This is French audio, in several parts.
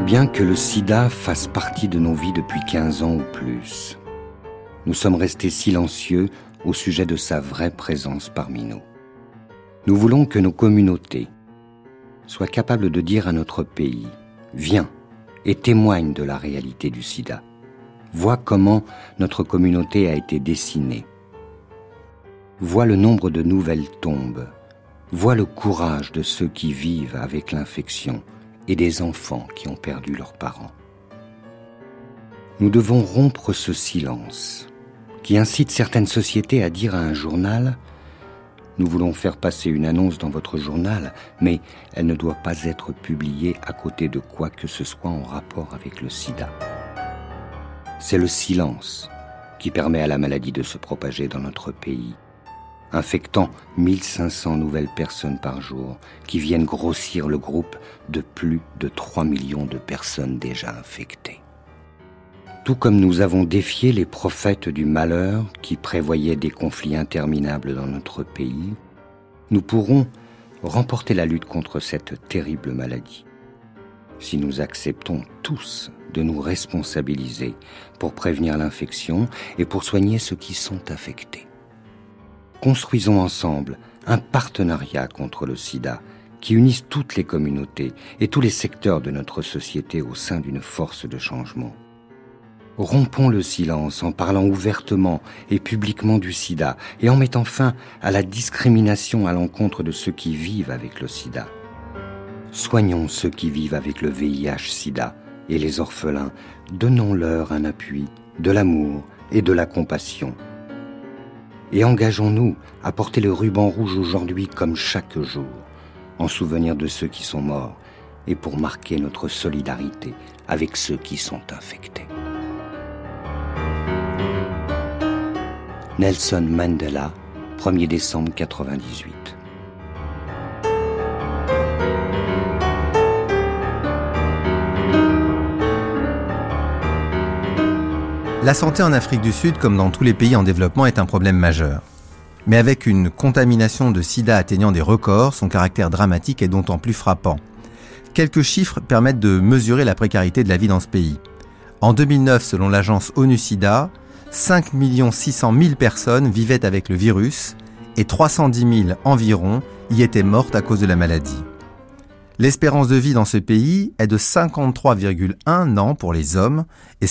Bien que le sida fasse partie de nos vies depuis 15 ans ou plus, nous sommes restés silencieux au sujet de sa vraie présence parmi nous. Nous voulons que nos communautés soient capables de dire à notre pays « Viens et témoigne de la réalité du sida. Vois comment notre communauté a été dessinée. Vois le nombre de nouvelles tombes. Vois le courage de ceux qui vivent avec l'infection et des enfants qui ont perdu leurs parents. » Nous devons rompre ce silence qui incite certaines sociétés à dire à un journal « Nous voulons faire passer une annonce dans votre journal, mais elle ne doit pas être publiée à côté de quoi que ce soit en rapport avec le sida. » C'est le silence qui permet à la maladie de se propager dans notre pays, infectant 1500 nouvelles personnes par jour qui viennent grossir le groupe de plus de 3 millions de personnes déjà infectées. Tout comme nous avons défié les prophètes du malheur qui prévoyaient des conflits interminables dans notre pays, nous pourrons remporter la lutte contre cette terrible maladie si nous acceptons tous de nous responsabiliser pour prévenir l'infection et pour soigner ceux qui sont affectés. Construisons ensemble un partenariat contre le sida qui unisse toutes les communautés et tous les secteurs de notre société au sein d'une force de changement. Rompons le silence en parlant ouvertement et publiquement du sida et en mettant fin à la discrimination à l'encontre de ceux qui vivent avec le sida. Soignons ceux qui vivent avec le VIH-sida et les orphelins, donnons-leur un appui, de l'amour et de la compassion. Et engageons-nous à porter le ruban rouge aujourd'hui comme chaque jour, en souvenir de ceux qui sont morts et pour marquer notre solidarité avec ceux qui sont infectés. Nelson Mandela, 1er décembre 1998. La santé en Afrique du Sud, comme dans tous les pays en développement, est un problème majeur. Mais avec une contamination de sida atteignant des records, son caractère dramatique est d'autant plus frappant. Quelques chiffres permettent de mesurer la précarité de la vie dans ce pays. En 2009, selon l'agence ONU-SIDA, 5 600 000 personnes vivaient avec le virus et 310 000 environ y étaient mortes à cause de la maladie. L'espérance de vie dans ce pays est de 53,1 ans pour les hommes et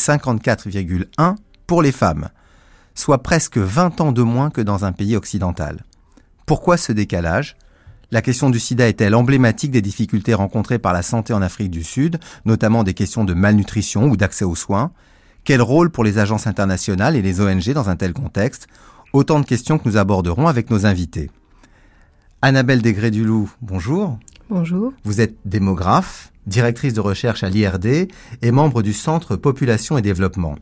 54,1 pour les femmes, soit presque 20 ans de moins que dans un pays occidental. Pourquoi ce décalage ? La question du sida est-elle emblématique des difficultés rencontrées par la santé en Afrique du Sud, notamment des questions de malnutrition ou d'accès aux soins ? Quel rôle pour les agences internationales et les ONG dans un tel contexte ? Autant de questions que nous aborderons avec nos invités. Annabelle Degré-Duloup, bonjour. Bonjour. Vous êtes démographe, directrice de recherche à l'IRD et membre du Centre Population et Développement.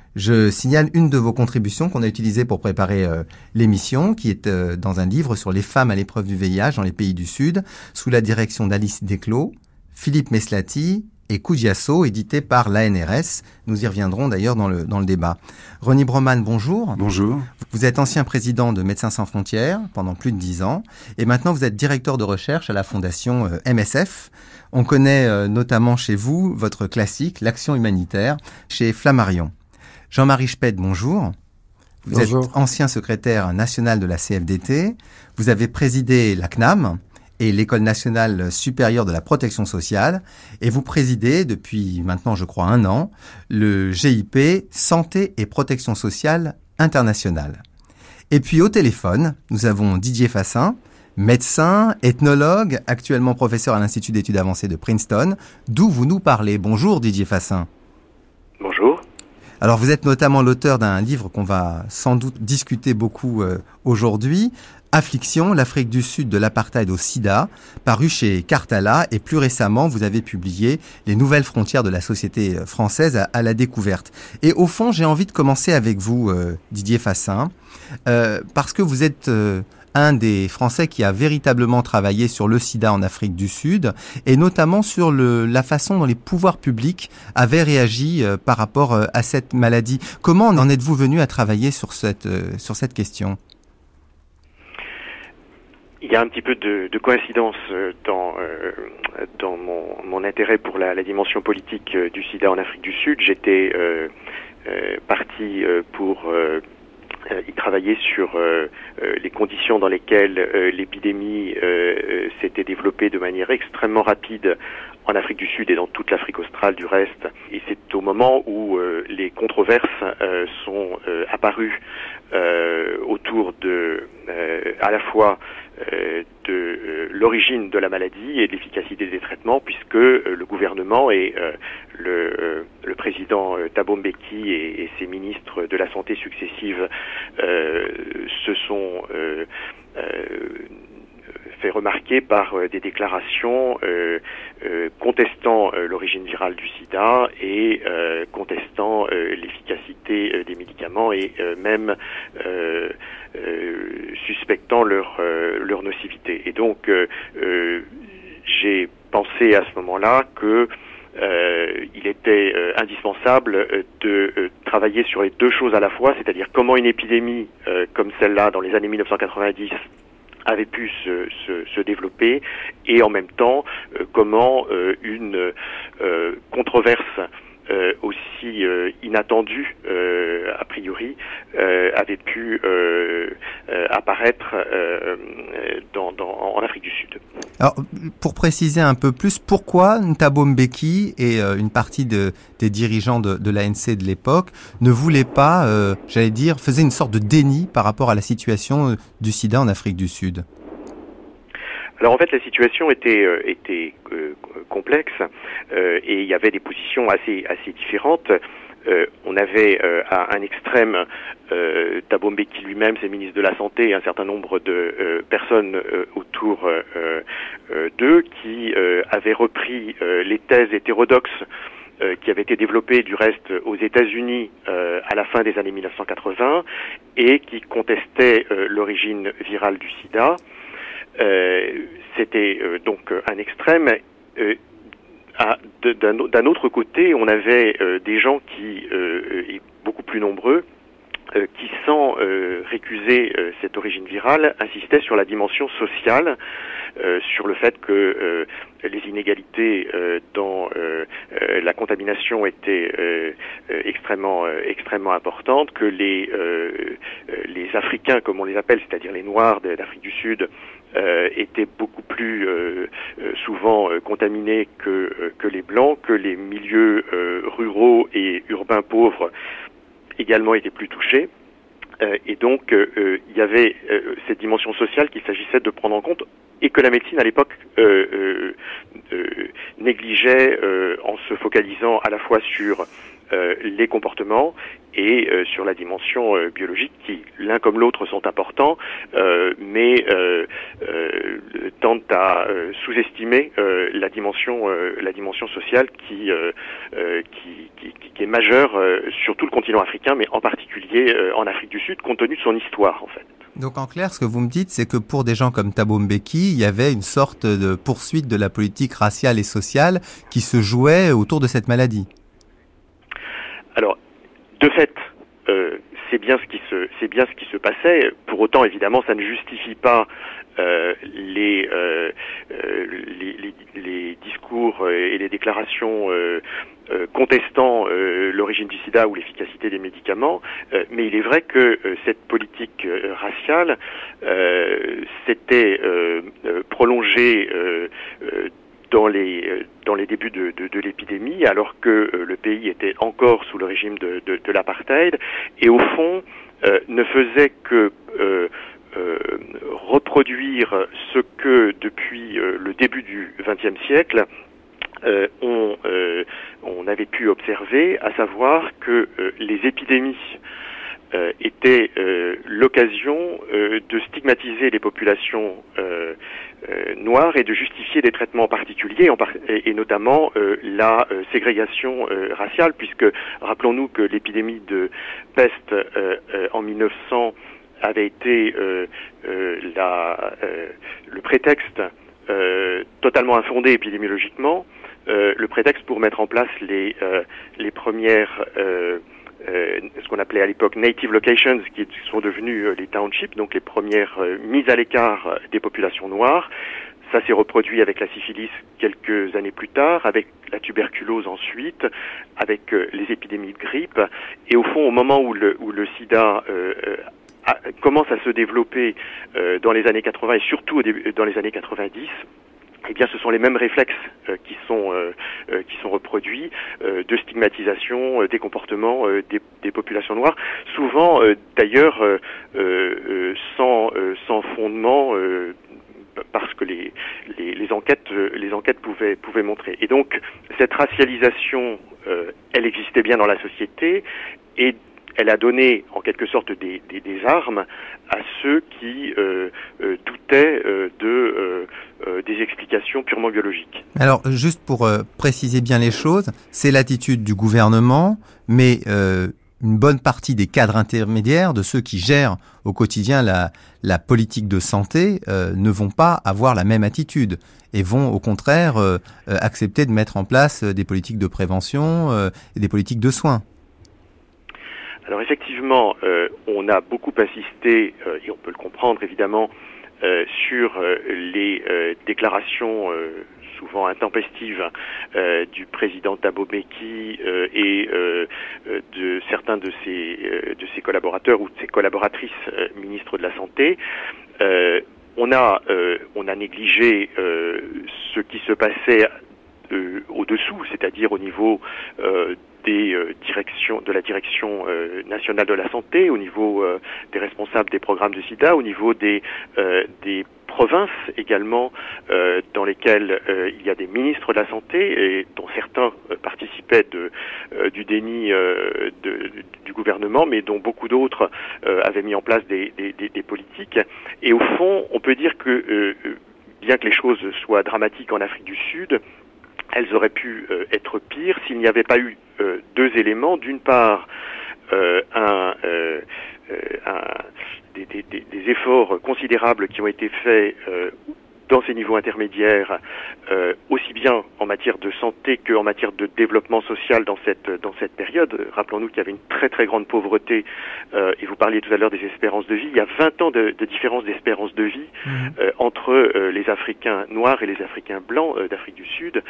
Je signale une de vos contributions qu'on a utilisée pour préparer l'émission, qui est dans un livre sur les femmes à l'épreuve du VIH dans les pays du Sud, sous la direction d'Alice Desclos, Philippe Meslati et Koudiasso, édité par l'ANRS. Nous y reviendrons d'ailleurs dans le débat. Ronnie Broman, bonjour. Bonjour. Vous êtes ancien président de Médecins sans frontières pendant plus de 10 ans et maintenant vous êtes directeur de recherche à la fondation MSF. On connaît notamment chez vous votre classique, l'action humanitaire, chez Flammarion. Jean-Marie Speth, bonjour. Vous êtes ancien secrétaire national de la CFDT. Vous avez présidé la CNAM et l'École nationale supérieure de la protection sociale. Et vous présidez, depuis maintenant, je crois, 1 an, le GIP Santé et Protection Sociale Internationale. Et puis au téléphone, nous avons Didier Fassin, médecin, ethnologue, actuellement professeur à l'Institut d'études avancées de Princeton, d'où vous nous parlez. Bonjour Didier Fassin. Bonjour. Alors vous êtes notamment l'auteur d'un livre qu'on va sans doute discuter beaucoup aujourd'hui, Affliction, l'Afrique du Sud de l'apartheid au sida, paru chez Cartala, et plus récemment vous avez publié Les nouvelles frontières de la société française à la découverte. Et au fond, j'ai envie de commencer avec vous, Didier Fassin, parce que vous êtes un des Français qui a véritablement travaillé sur le sida en Afrique du Sud, et notamment sur la façon dont les pouvoirs publics avaient réagi par rapport à cette maladie. Comment en êtes-vous venu à travailler sur cette question ? Il y a un petit peu de coïncidence dans mon intérêt pour la dimension politique du sida en Afrique du Sud. J'étais parti pour y travailler sur les conditions dans lesquelles l'épidémie s'était développée de manière extrêmement rapide en Afrique du Sud et dans toute l'Afrique australe du reste. Et c'est au moment où les controverses sont apparues autour de à la fois de l'origine de la maladie et de l'efficacité des traitements, puisque le gouvernement et le président Thabo Mbeki et ses ministres de la santé successives se sont fait remarquer par des déclarations contestant l'origine virale du sida et contestant l'efficacité des médicaments et même suspectant leur nocivité. Et donc j'ai pensé à ce moment-là que il était indispensable de travailler sur les deux choses à la fois, c'est-à-dire comment une épidémie comme celle-là dans les années 1990 avait pu se développer, et en même temps comment une controverse aussi inattendue a priori avait pu apparaître en Afrique du Sud. Alors, pour préciser un peu plus, pourquoi Thabo Mbeki et une partie des dirigeants de l'ANC de l'époque ne voulaient pas, faisaient une sorte de déni par rapport à la situation du sida en Afrique du Sud? Alors en fait, la situation était complexe et il y avait des positions assez différentes. On avait à un extrême Thabo Mbeki lui-même, ses ministres de la Santé et un certain nombre de personnes autour d'eux qui avaient repris les thèses hétérodoxes qui avaient été développées du reste aux États-Unis à la fin des années 1980 et qui contestaient l'origine virale du sida. C'était donc un extrême. D'un autre côté, on avait des gens qui, et beaucoup plus nombreux, qui, sans récuser cette origine virale, insistaient sur la dimension sociale, sur le fait que les inégalités dans la contamination étaient extrêmement importantes, que les Africains, comme on les appelle, c'est-à-dire les Noirs d'Afrique du Sud, étaient beaucoup plus souvent contaminés que les Blancs, que les milieux ruraux et urbains pauvres également étaient plus touchés. Et donc, il y avait cette dimension sociale qu'il s'agissait de prendre en compte et que la médecine, à l'époque, négligeait en se focalisant à la fois sur les comportements et sur la dimension biologique qui, l'un comme l'autre, sont importants, mais tentent à sous-estimer la dimension sociale qui est majeure sur tout le continent africain, mais en particulier en Afrique du Sud, compte tenu de son histoire, en fait. Donc en clair, ce que vous me dites, c'est que pour des gens comme Thabo Mbeki, il y avait une sorte de poursuite de la politique raciale et sociale qui se jouait autour de cette maladie. Alors, de fait, c'est bien ce qui se passait. Pour autant, évidemment, ça ne justifie pas les discours et les déclarations contestant l'origine du sida ou l'efficacité des médicaments, mais il est vrai que cette politique raciale s'était prolongée dans les débuts de l'épidémie, alors que le pays était encore sous le régime de l'apartheid, et au fond ne faisait que reproduire ce que depuis le début du XXe siècle on avait pu observer, à savoir que les épidémies étaient l'occasion de stigmatiser les populations noires et de justifier des traitements particuliers, et notamment la ségrégation raciale, puisque rappelons-nous que l'épidémie de peste en 1900 avait été le prétexte totalement infondé épidémiologiquement, le prétexte pour mettre en place les premières ce qu'on appelait à l'époque native locations, qui sont devenus les townships, donc les premières mises à l'écart des populations noires. Ça s'est reproduit avec la syphilis quelques années plus tard, avec la tuberculose ensuite, avec les épidémies de grippe. Et au fond, au moment où le sida commence à se développer dans les années 80 et surtout dans les années 90, eh bien, ce sont les mêmes réflexes qui sont reproduits de stigmatisation des comportements des populations noires, souvent d'ailleurs sans fondement. Parce que les enquêtes pouvaient montrer. Et donc cette racialisation, elle existait bien dans la société et elle a donné en quelque sorte des armes à ceux qui doutaient des explications purement biologiques. Alors juste pour préciser bien les choses, c'est l'attitude du gouvernement, mais une bonne partie des cadres intermédiaires, de ceux qui gèrent au quotidien la politique de santé, ne vont pas avoir la même attitude et vont au contraire accepter de mettre en place des politiques de prévention et des politiques de soins. Alors effectivement, on a beaucoup insisté, et on peut le comprendre évidemment, sur les déclarations souvent intempestives du président Thabo Mbeki et de certains de ses collaborateurs ou de ses collaboratrices ministres de la Santé. On a négligé ce qui se passait au-dessous, c'est-à-dire au niveau de la direction nationale de la santé, au niveau des responsables des programmes de sida, au niveau des provinces également dans lesquelles il y a des ministres de la santé et dont certains participaient du déni du gouvernement, mais dont beaucoup d'autres avaient mis en place des politiques. Et au fond, on peut dire que bien que les choses soient dramatiques en Afrique du Sud, elles auraient pu être pires s'il n'y avait pas eu deux éléments. D'une part, des efforts considérables qui ont été faits dans ces niveaux intermédiaires, aussi bien en matière de santé qu'en matière de développement social dans cette période. Rappelons-nous qu'il y avait une très très grande pauvreté, et vous parliez tout à l'heure des espérances de vie. Il y a 20 ans de différence d'espérance de vie entre les Africains noirs et les Africains blancs d'Afrique du Sud.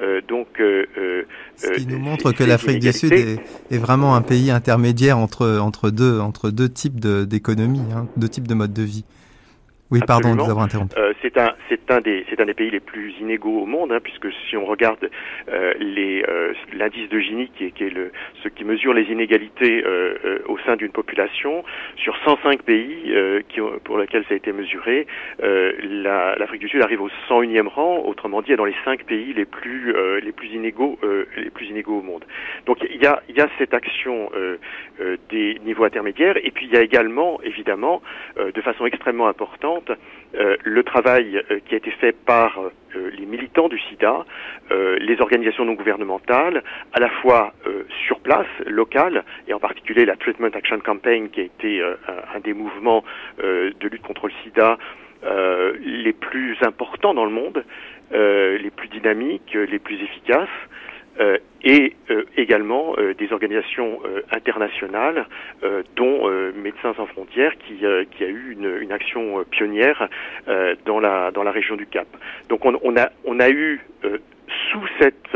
Ce qui nous montre que l'Afrique du Sud est vraiment un pays intermédiaire entre deux types d'économies, deux types de modes de vie. Oui, pardon de vous avoir interrompu. C'est un des pays les plus inégaux au monde, puisque si on regarde l'indice de Gini, qui est ce qui mesure les inégalités au sein d'une population, sur 105 pays pour lesquels ça a été mesuré, l'Afrique du Sud arrive au 101e rang, autrement dit, dans les 5 pays les plus inégaux au monde. Donc il y a cette action des niveaux intermédiaires, et puis il y a également, évidemment, de façon extrêmement importante, le travail qui a été fait par les militants du sida, les organisations non gouvernementales, à la fois sur place, locales, et en particulier la Treatment Action Campaign, qui a été un des mouvements de lutte contre le sida les plus importants dans le monde, les plus dynamiques, les plus efficaces, et également des organisations internationales, dont Médecins sans frontières, qui a eu une action pionnière dans la région du Cap. Donc on a eu sous cette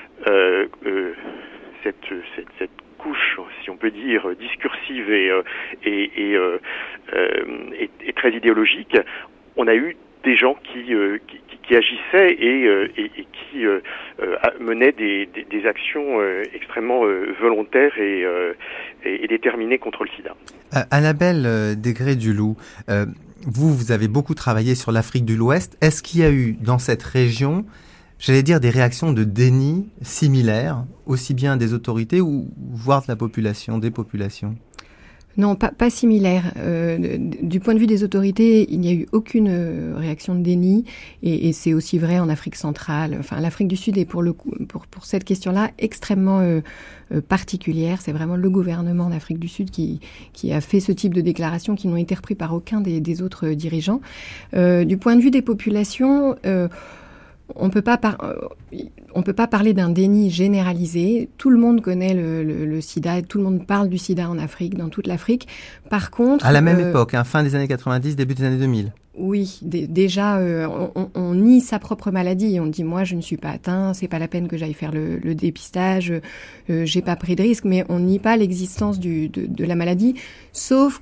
couche, si on peut dire, discursive et très idéologique, on a eu des gens qui agissaient et qui menaient des actions extrêmement volontaires et déterminées contre le sida. Annabelle Degré-Duloup, vous avez beaucoup travaillé sur l'Afrique de l'Ouest. Est-ce qu'il y a eu dans cette région, j'allais dire, des réactions de déni similaires, aussi bien des autorités ou voire de la population, des populations ? Non, pas similaire. Du point de vue des autorités, il n'y a eu aucune réaction de déni, et c'est aussi vrai en Afrique centrale. Enfin, l'Afrique du Sud est pour cette question-là extrêmement particulière. C'est vraiment le gouvernement d'Afrique du Sud qui a fait ce type de déclarations qui n'ont été reprises par aucun des autres dirigeants. Du point de vue des populations, on peut pas parler d'un déni généralisé. Tout le monde connaît le sida, tout le monde parle du sida en Afrique, dans toute l'Afrique. Par contre... À la même époque, fin des années 90, début des années 2000. Oui, déjà, on nie sa propre maladie. On dit, moi, je ne suis pas atteint, c'est pas la peine que j'aille faire le dépistage, j'ai pas pris de risque, mais on nie pas l'existence de la maladie, sauf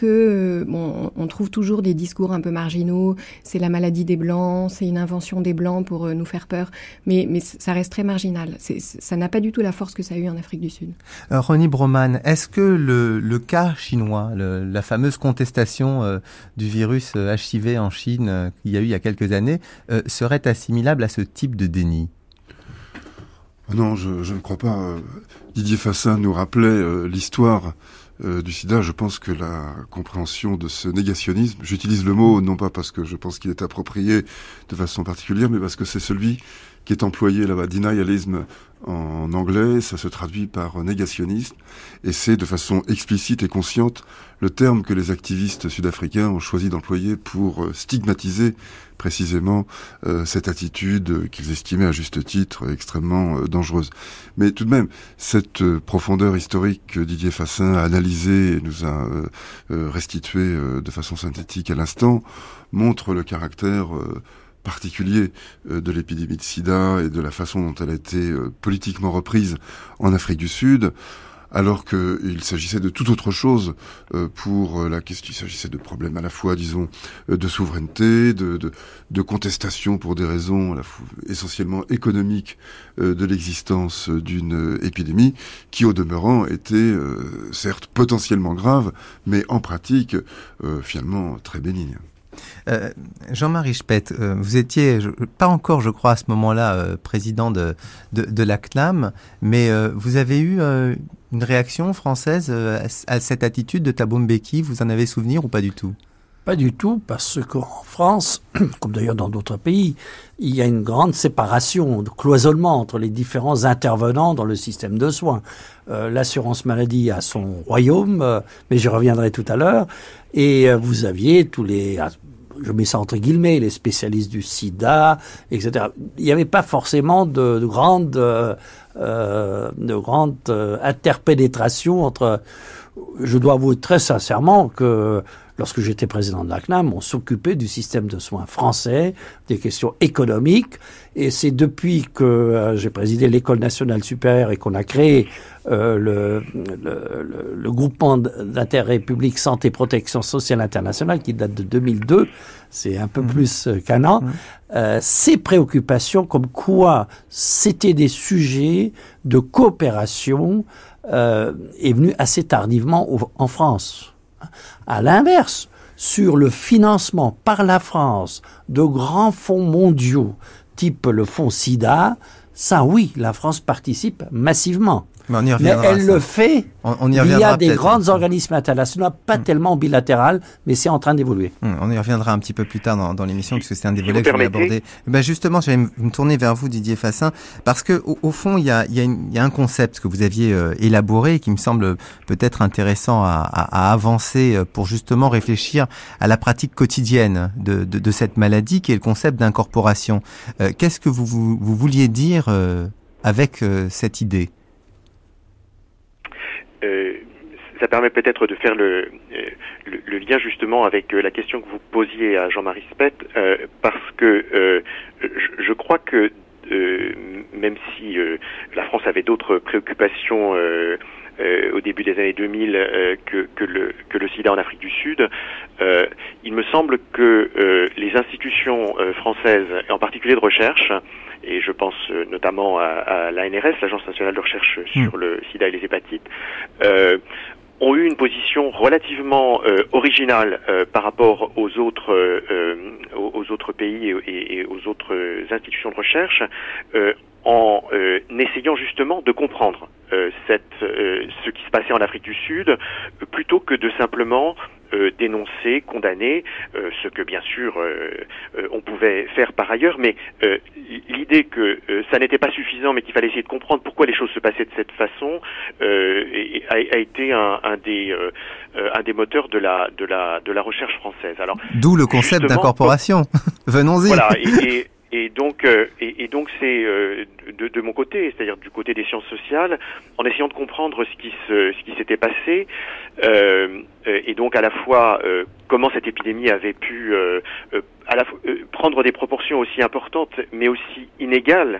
on trouve toujours des discours un peu marginaux, c'est la maladie des Blancs, c'est une invention des Blancs pour nous faire peur, mais ça reste très marginal. Ça n'a pas du tout la force que ça a eu en Afrique du Sud. Ronnie Broman, est-ce que le cas chinois, la fameuse contestation du virus HIV en Chine qu'il y a eu il y a quelques années, serait assimilable à ce type de déni? Non, je ne crois pas. Didier Fassin nous rappelait l'histoire du sida. Je pense que la compréhension de ce négationnisme, j'utilise le mot non pas parce que je pense qu'il est approprié de façon particulière, mais parce que c'est celui qui est employé là-bas, denialism en anglais, ça se traduit par négationnisme, et c'est de façon explicite et consciente le terme que les activistes sud-africains ont choisi d'employer pour stigmatiser précisément cette attitude qu'ils estimaient à juste titre extrêmement dangereuse. Mais tout de même, cette profondeur historique que Didier Fassin a analysée et nous a restituée de façon synthétique à l'instant montre le caractère particulier de l'épidémie de sida et de la façon dont elle a été politiquement reprise en Afrique du Sud, alors qu'il s'agissait de toute autre chose pour la question. Il s'agissait de problèmes à la fois, disons, de souveraineté, de contestation pour des raisons à la fois essentiellement économiques de l'existence d'une épidémie qui, au demeurant, était certes potentiellement grave, mais en pratique, finalement, très bénigne. Jean-Marie Speth, vous étiez pas encore, je crois, à ce moment-là, président de la CNAM, mais vous avez eu une réaction française à cette attitude de Thabo Mbeki. Vous en avez souvenir ou pas du tout? Pas du tout, parce qu'en France, comme d'ailleurs dans d'autres pays, il y a une grande séparation, de cloisonnement entre les différents intervenants dans le système de soins. L'assurance maladie a son royaume, mais j'y reviendrai tout à l'heure, et vous aviez tous les... je mets ça entre guillemets, les spécialistes du sida, etc. Il n'y avait pas forcément de grande interpénétration entre... Je dois avouer très sincèrement que lorsque j'étais président de la CNAM, on s'occupait du système de soins français, des questions économiques, et c'est depuis que j'ai présidé l'École nationale supérieure et qu'on a créé le groupement d'intérêt public santé protection sociale internationale qui date de 2002, c'est un peu plus qu'un an, ces préoccupations comme quoi c'était des sujets de coopération est venu assez tardivement en France. À l'inverse, sur le financement par la France de grands fonds mondiaux, type le fonds SIDA, ça oui, la France participe massivement. Mais on y reviendra. Mais elle le fait via des grands organismes internationaux, pas tellement bilatéral, mais c'est en train d'évoluer. On y reviendra un petit peu plus tard dans l'émission, puisque c'est un des volets que je voulais aborder. Justement, j'allais me tourner vers vous, Didier Fassin, parce que au fond, il y a un concept que vous aviez élaboré et qui me semble peut-être intéressant à avancer pour justement réfléchir à la pratique quotidienne de cette maladie, qui est le concept d'incorporation. Qu'est-ce que vous vouliez dire avec cette idée? Ça permet peut-être de faire le lien justement avec la question que vous posiez à Jean-Marie Speth, parce que je crois que même si la France avait d'autres préoccupations au début des années 2000 que le sida en Afrique du Sud, il me semble que les institutions françaises, et en particulier de recherche, et je pense notamment à l'ANRS, l'Agence nationale de recherche sur le sida et les hépatites, ont eu une position relativement originale par rapport aux autres pays et aux autres institutions de recherche, en essayant justement de comprendre ce qui se passait en Afrique du Sud, plutôt que de simplement dénoncer, condamner, ce que bien sûr on pouvait faire par ailleurs, mais l'idée que ça n'était pas suffisant, mais qu'il fallait essayer de comprendre pourquoi les choses se passaient de cette façon a été un des moteurs de la recherche française. Alors, d'où le concept d'incorporation. Venons-y. Voilà, Et donc c'est de mon côté, c'est-à-dire du côté des sciences sociales, en essayant de comprendre ce qui s'était passé, et donc à la fois comment cette épidémie avait pu prendre des proportions aussi importantes, mais aussi inégales,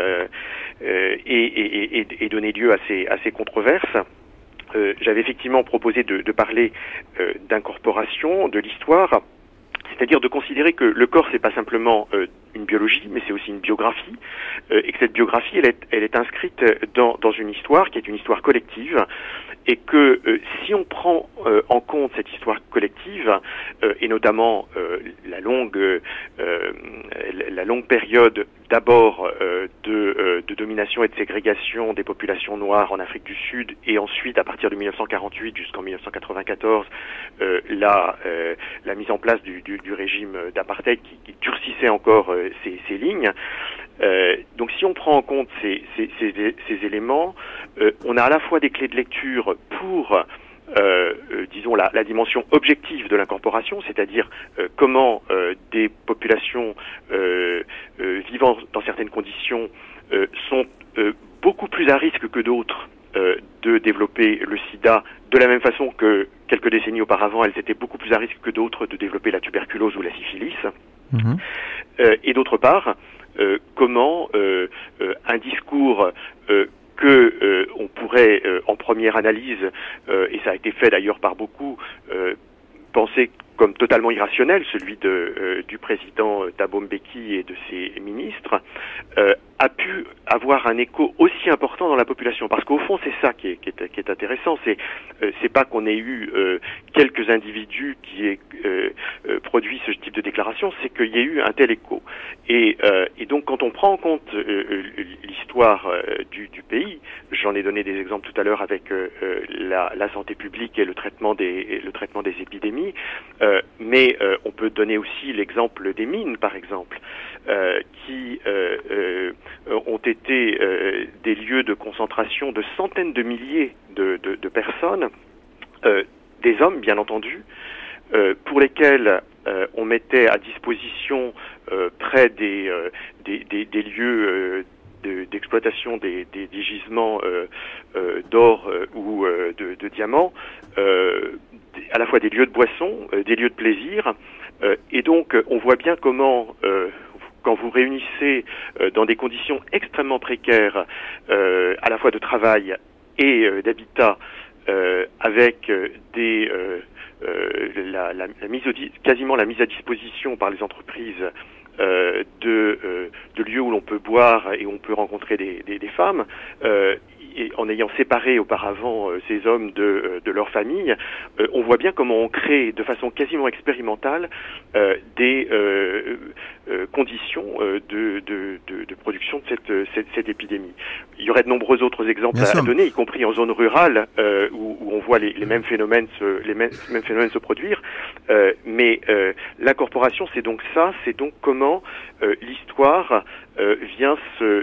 et donner lieu à ces controverses. J'avais effectivement proposé de parler d'incorporation, de l'histoire, c'est-à-dire de considérer que le corps, c'est pas simplement une biologie, mais c'est aussi une biographie, et que cette biographie, elle est inscrite dans une histoire qui est une histoire collective, et que si on prend en compte cette histoire collective, et notamment la longue période d'abord de domination et de ségrégation des populations noires en Afrique du Sud, et ensuite à partir de 1948 jusqu'en 1994 la mise en place du régime d'apartheid qui durcissait encore ces lignes. Donc si on prend en compte ces éléments, on a à la fois des clés de lecture pour disons la dimension objective de l'incorporation, c'est-à-dire comment des populations vivant dans certaines conditions sont beaucoup plus à risque que d'autres de développer le sida, de la même façon que quelques décennies auparavant, elles étaient beaucoup plus à risque que d'autres de développer la tuberculose ou la syphilis. Et d'autre part, comment un discours on pourrait, en première analyse, et ça a été fait d'ailleurs par beaucoup, penser comme totalement irrationnel, celui du président Thabo Mbeki et de ses ministres, a pu avoir un écho aussi important dans la population. Parce qu'au fond, c'est ça qui est intéressant. C'est pas qu'on ait eu quelques individus qui aient produit ce type de déclaration, c'est qu'il y ait eu un tel écho. Et donc, quand on prend en compte l'histoire du pays, j'en ai donné des exemples tout à l'heure avec la santé publique et le traitement des épidémies, mais on peut donner aussi l'exemple des mines, par exemple, qui ont été des lieux de concentration de centaines de milliers de personnes, des hommes bien entendu, pour lesquels on mettait à disposition près des lieux d'exploitation des gisements d'or ou de diamants, à la fois des lieux de boisson, des lieux de plaisir, et donc on voit bien comment quand vous réunissez dans des conditions extrêmement précaires, à la fois de travail et d'habitat, avec quasiment la mise à disposition par les entreprises de lieux où l'on peut boire et où on peut rencontrer des femmes, et en ayant séparé auparavant ces hommes de leur famille, on voit bien comment on crée de façon quasiment expérimentale des conditions de production de cette épidémie. Il y aurait de nombreux autres exemples à donner, y compris en zone rurale où on voit les mêmes phénomènes se produire. Mais l'incorporation, c'est donc ça, c'est donc comment l'histoire vient se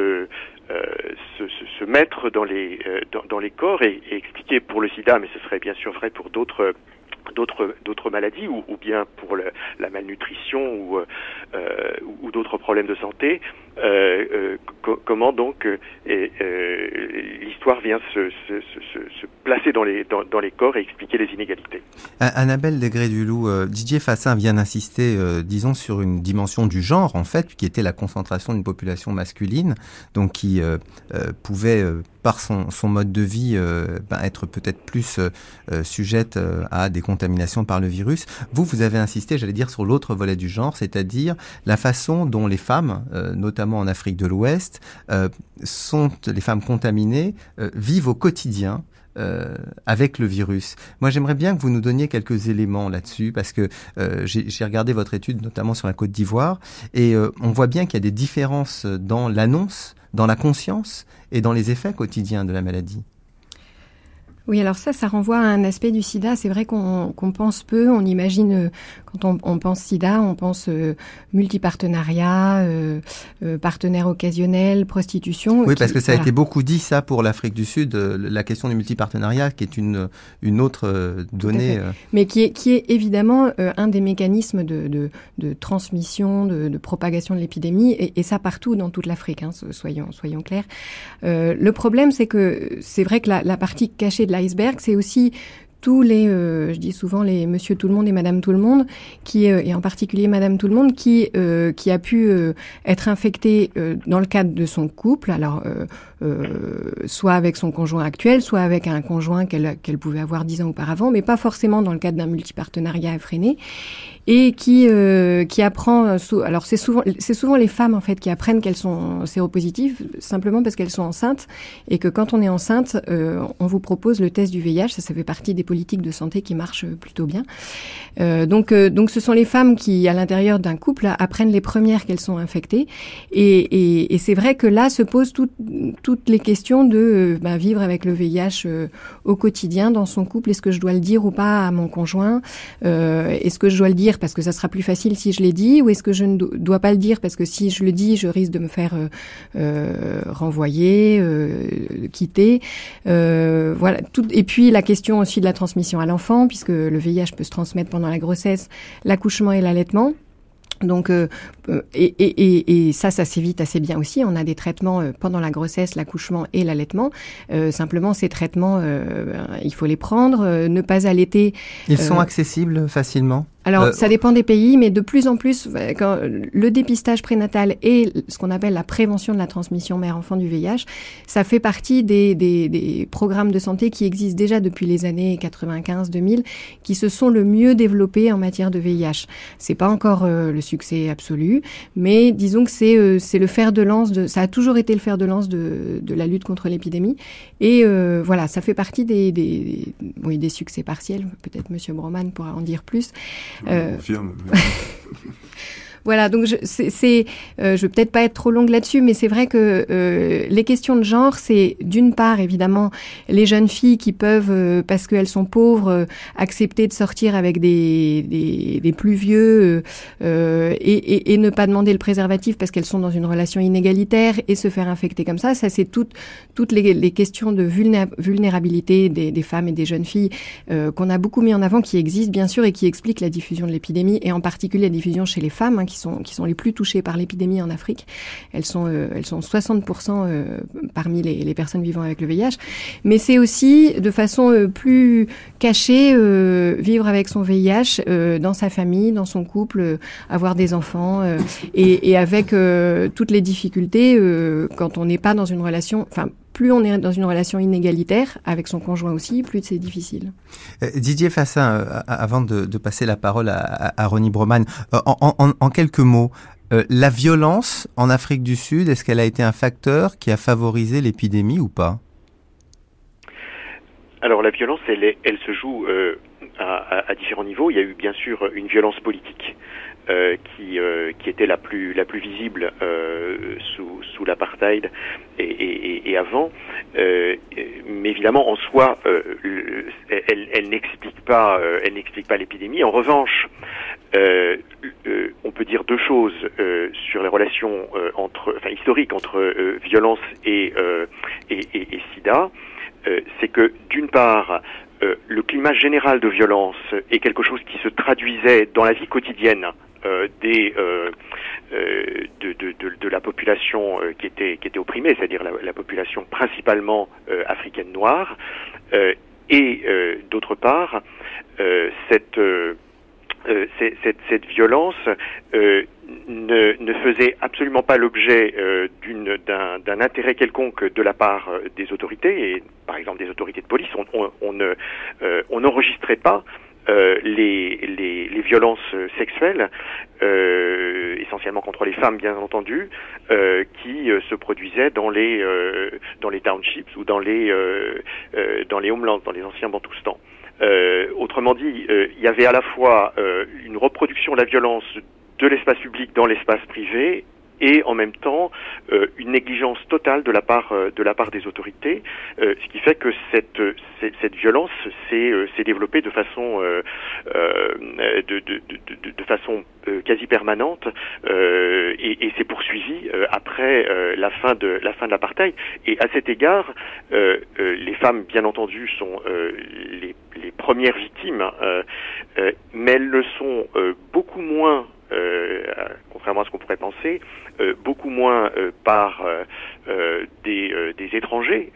mettre dans les corps et expliquer pour le sida, mais ce serait bien sûr vrai pour d'autres maladies ou bien pour la malnutrition ou d'autres problèmes de santé, comment donc l'histoire vient se placer dans les corps et expliquer les inégalités. Annabelle Degré-Duloup, Didier Fassin vient d'insister, disons, sur une dimension du genre, en fait, qui était la concentration d'une population masculine, donc qui pouvait, par son mode de vie, être peut-être plus sujette à des contaminations par le virus. Vous avez insisté, j'allais dire, sur l'autre volet du genre, c'est-à-dire la façon dont les femmes, notamment en Afrique de l'Ouest, les femmes contaminées, vivent au quotidien avec le virus. Moi, j'aimerais bien que vous nous donniez quelques éléments là-dessus, parce que j'ai regardé votre étude, notamment sur la Côte d'Ivoire, et on voit bien qu'il y a des différences dans l'annonce, dans la conscience et dans les effets quotidiens de la maladie. Oui, alors ça renvoie à un aspect du sida. C'est vrai qu'on pense peu, on imagine, quand on pense sida, on pense multipartenariat, partenaire occasionnel, prostitution. Oui, parce que ça a été beaucoup dit, ça, pour l'Afrique du Sud, la question du multipartenariat, qui est une autre donnée. Mais qui est évidemment un des mécanismes de transmission, de propagation de l'épidémie, et ça partout dans toute l'Afrique, hein, soyons clairs. Le problème, c'est que c'est vrai que la partie cachée de l'iceberg, c'est aussi tous les, je dis souvent les monsieur tout le monde et madame tout le monde, et en particulier madame tout le monde, qui a pu être infectée dans le cadre de son couple, alors soit avec son conjoint actuel, soit avec un conjoint qu'elle pouvait avoir 10 ans auparavant, mais pas forcément dans le cadre d'un multipartenariat effréné, et qui apprend. Alors c'est souvent les femmes en fait qui apprennent qu'elles sont séropositives, simplement parce qu'elles sont enceintes, et que quand on est enceinte, on vous propose le test du VIH. Ça fait partie des politiques de santé qui marchent plutôt bien. Donc ce sont les femmes qui, à l'intérieur d'un couple, apprennent les premières qu'elles sont infectées, et c'est vrai que là se posent toutes les questions de vivre avec le VIH au quotidien dans son couple. Est-ce que je dois le dire ou pas à mon conjoint? Est-ce que je dois le dire parce que ça sera plus facile si je l'ai dit, ou est-ce que je ne dois pas le dire parce que si je le dis, je risque de me faire renvoyer, quitter. Voilà. Et puis la question aussi de la transmission à l'enfant, puisque le VIH peut se transmettre pendant la grossesse, l'accouchement et l'allaitement. Donc et ça s'évite assez bien aussi. On a des traitements pendant la grossesse, l'accouchement et l'allaitement. Simplement, ces traitements, il faut les prendre, ne pas allaiter. Ils sont accessibles facilement? Alors, ça dépend des pays, mais de plus en plus, quand le dépistage prénatal et ce qu'on appelle la prévention de la transmission mère-enfant du VIH, ça fait partie des programmes de santé qui existent déjà depuis les années 95-2000, qui se sont le mieux développés en matière de VIH. C'est pas encore le succès absolu, mais disons que c'est le fer de lance ça a toujours été le fer de lance de la lutte contre l'épidémie. Et voilà, ça fait partie des succès partiels. Peut-être Monsieur Broman pourra en dire plus. Voilà, donc je veux peut-être pas être trop longue là-dessus, mais c'est vrai que les questions de genre, c'est d'une part évidemment les jeunes filles qui peuvent, parce qu'elles sont pauvres, accepter de sortir avec des plus vieux et ne pas demander le préservatif parce qu'elles sont dans une relation inégalitaire et se faire infecter comme ça. Ça, c'est toutes les questions de vulnérabilité des femmes et des jeunes filles qu'on a beaucoup mis en avant, qui existent bien sûr et qui expliquent la diffusion de l'épidémie, et en particulier la diffusion chez les femmes, qui sont les plus touchées par l'épidémie en Afrique. Elles sont 60% parmi les personnes vivant avec le VIH. Mais c'est aussi, de façon plus cachée, vivre avec son VIH dans sa famille, dans son couple, avoir des enfants, et avec toutes les difficultés quand on n'est pas dans une relation... Plus on est dans une relation inégalitaire, avec son conjoint aussi, plus c'est difficile. Didier Fassin, avant de passer la parole à Ronnie Broman, en quelques mots, la violence en Afrique du Sud, est-ce qu'elle a été un facteur qui a favorisé l'épidémie ou pas? Alors la violence, elle se joue à différents niveaux. Il y a eu bien sûr une violence politique qui était la plus visible sous l'apartheid et avant, mais évidemment en soi elle n'explique pas l'épidémie. En revanche, on peut dire deux choses sur les relations historiques entre violence et sida. C'est que d'une part, le climat général de violence est quelque chose qui se traduisait dans la vie quotidienne de la population qui était opprimée, c'est-à-dire la population principalement africaine noire, et d'autre part cette violence ne faisait absolument pas l'objet d'un intérêt quelconque de la part des autorités, et par exemple des autorités de police. On n'enregistrait pas les violences sexuelles, essentiellement contre les femmes bien entendu, qui se produisaient dans les townships ou dans les homelands, dans les anciens Bantoustans. Autrement dit, il y avait à la fois une reproduction de la violence de l'espace public dans l'espace privé, et en même temps une négligence totale de la part des autorités, ce qui fait que cette violence s'est développée de façon de façon quasi permanente et s'est poursuivie après la fin de l'apartheid. Et à cet égard, les femmes, bien entendu, sont les premières victimes, mais elles le sont beaucoup moins, contrairement à ce qu'on pourrait penser, beaucoup moins par des étrangers.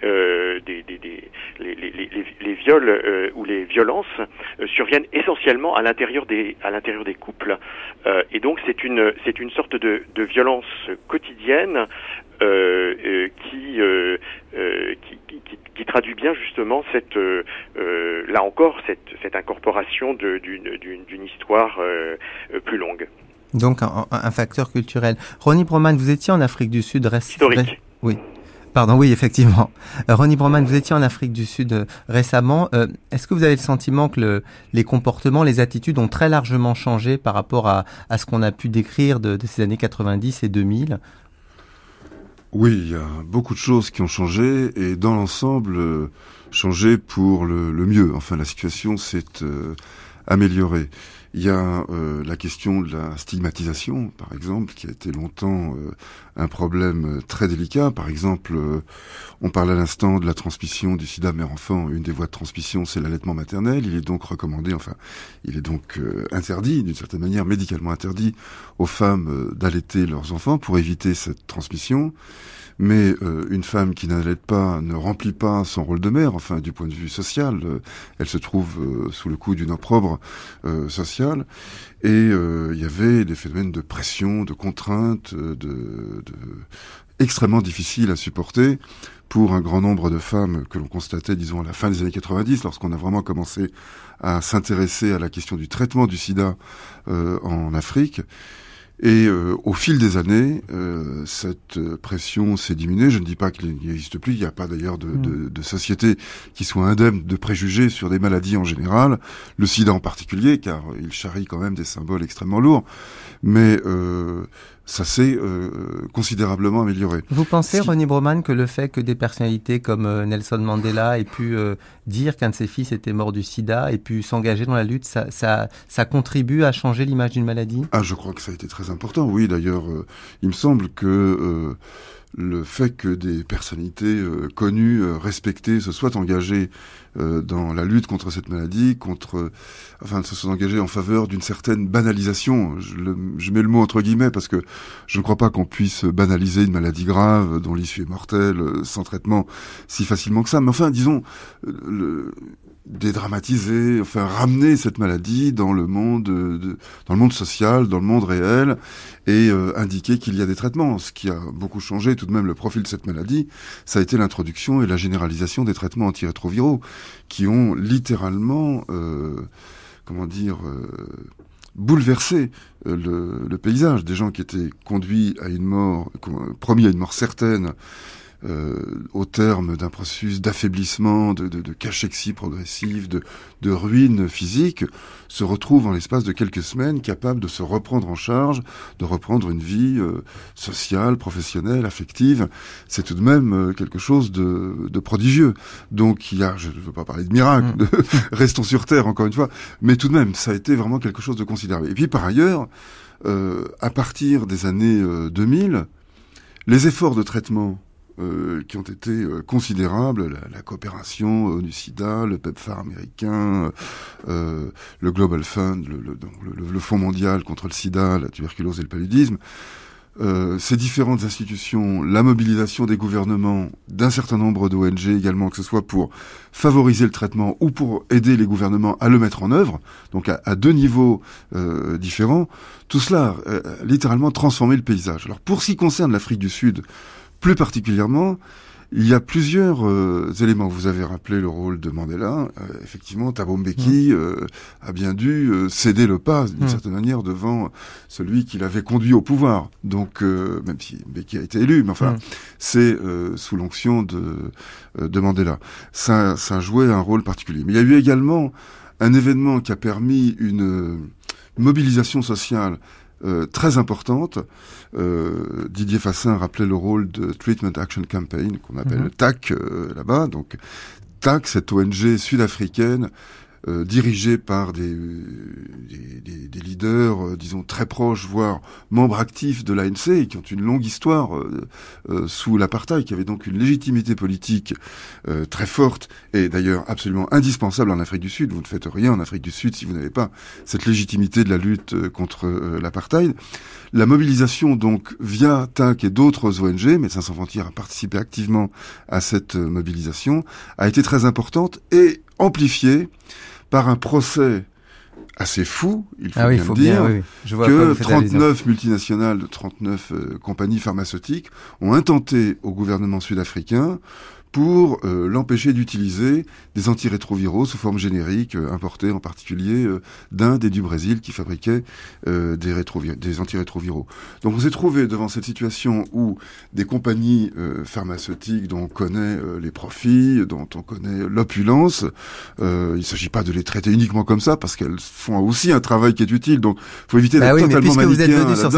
Les viols ou les violences surviennent essentiellement à l'intérieur des couples, et donc c'est une sorte de violence quotidienne qui traduit bien justement là encore cette incorporation d'une histoire plus longue. Donc un facteur culturel. Ronnie Broman, vous étiez en Afrique du Sud historique. Oui. Pardon, oui, effectivement. Ronnie Broman, vous étiez en Afrique du Sud récemment. Est-ce que vous avez le sentiment que les comportements, les attitudes ont très largement changé par rapport à ce qu'on a pu décrire de ces années 90 et 2000 ? Oui, il y a beaucoup de choses qui ont changé et dans l'ensemble, changé pour le mieux. Enfin, la situation s'est améliorée. Il y a la question de la stigmatisation, par exemple, qui a été longtemps un problème très délicat. Par exemple, on parle à l'instant de la transmission du sida mère-enfant. Une des voies de transmission, c'est l'allaitement maternel. Il est donc recommandé, il est donc interdit, d'une certaine manière, médicalement interdit aux femmes d'allaiter leurs enfants pour éviter cette transmission. Mais une femme qui n'allaite pas ne remplit pas son rôle de mère, enfin du point de vue social, elle se trouve sous le coup d'une opprobre sociale. Et il y avait des phénomènes de pression, de contrainte, extrêmement difficiles à supporter pour un grand nombre de femmes que l'on constatait, disons, à la fin des années 90, lorsqu'on a vraiment commencé à s'intéresser à la question du traitement du sida en Afrique. Et au fil des années, cette pression s'est diminuée. Je ne dis pas qu'il n'existe plus. Il n'y a pas d'ailleurs de société qui soit indemne de préjugés sur des maladies en général, le sida en particulier, car il charrie quand même des symboles extrêmement lourds. Mais ça s'est considérablement amélioré. Vous pensez, Ronnie Broman, que le fait que des personnalités comme Nelson Mandela aient pu dire qu'un de ses fils était mort du sida et pu s'engager dans la lutte, ça contribue à changer l'image d'une maladie ? Ah, je crois que ça a été très important, oui. D'ailleurs, il me semble que le fait que des personnalités connues, respectées, se soient engagées dans la lutte contre cette maladie, se sont engagées en faveur d'une certaine banalisation. Je mets le mot entre guillemets parce que je ne crois pas qu'on puisse banaliser une maladie grave dont l'issue est mortelle sans traitement si facilement que ça. Mais enfin, disons, dédramatiser, ramener cette maladie dans le monde social, dans le monde réel, et indiquer qu'il y a des traitements. Ce qui a beaucoup changé tout de même le profil de cette maladie, ça a été l'introduction et la généralisation des traitements antirétroviraux, qui ont littéralement, bouleversé le paysage. Des gens qui étaient conduits à une mort, promis à une mort certaine, au terme d'un processus d'affaiblissement, de cachexie progressive, de ruine physique, se retrouvent en l'espace de quelques semaines capables de se reprendre en charge, de reprendre une vie sociale, professionnelle, affective. C'est tout de même quelque chose de prodigieux. Donc il y a, je ne veux pas parler de miracle, restons sur terre encore une fois, mais tout de même, ça a été vraiment quelque chose de considérable. Et puis par ailleurs, à partir des années 2000, les efforts de traitement qui ont été considérables, la coopération ONU-SIDA, le PEPFAR américain, le Global Fund, le Fonds mondial contre le sida, la tuberculose et le paludisme, ces différentes institutions, la mobilisation des gouvernements, d'un certain nombre d'ONG également, que ce soit pour favoriser le traitement ou pour aider les gouvernements à le mettre en œuvre, donc à deux niveaux différents, tout cela a littéralement transformé le paysage. Alors pour ce qui concerne l'Afrique du Sud, plus particulièrement, il y a plusieurs éléments. Vous avez rappelé le rôle de Mandela. Effectivement, Thabo Mbeki a bien dû céder le pas, d'une certaine manière, devant celui qui l'avait conduit au pouvoir. Donc, même si Mbeki a été élu, mais c'est sous l'onction de Mandela. Ça a joué un rôle particulier. Mais il y a eu également un événement qui a permis une mobilisation sociale très importante. Didier Fassin rappelait le rôle de Treatment Action Campaign, qu'on appelle TAC là-bas. Donc TAC, cette ONG sud-africaine dirigée par des leaders, disons, très proches, voire membres actifs de l'ANC, et qui ont une longue histoire sous l'apartheid, qui avait donc une légitimité politique très forte, et d'ailleurs absolument indispensable en Afrique du Sud. Vous ne faites rien en Afrique du Sud si vous n'avez pas cette légitimité de la lutte contre l'apartheid. La mobilisation, donc, via TAC et d'autres ONG, Médecins sans frontières a participé activement à cette mobilisation, a été très importante et amplifiée par un procès assez fou, il faut bien le dire, oui. Je vois que 39 multinationales, 39 compagnies pharmaceutiques ont intenté au gouvernement sud-africain pour l'empêcher d'utiliser des antirétroviraux sous forme générique, importés en particulier d'Inde et du Brésil, qui fabriquaient des antirétroviraux. Donc on s'est trouvé devant cette situation où des compagnies pharmaceutiques dont on connaît les profits, dont on connaît l'opulence, il ne s'agit pas de les traiter uniquement comme ça, parce qu'elles font aussi un travail qui est utile, donc il faut éviter d'être totalement manichéen puisque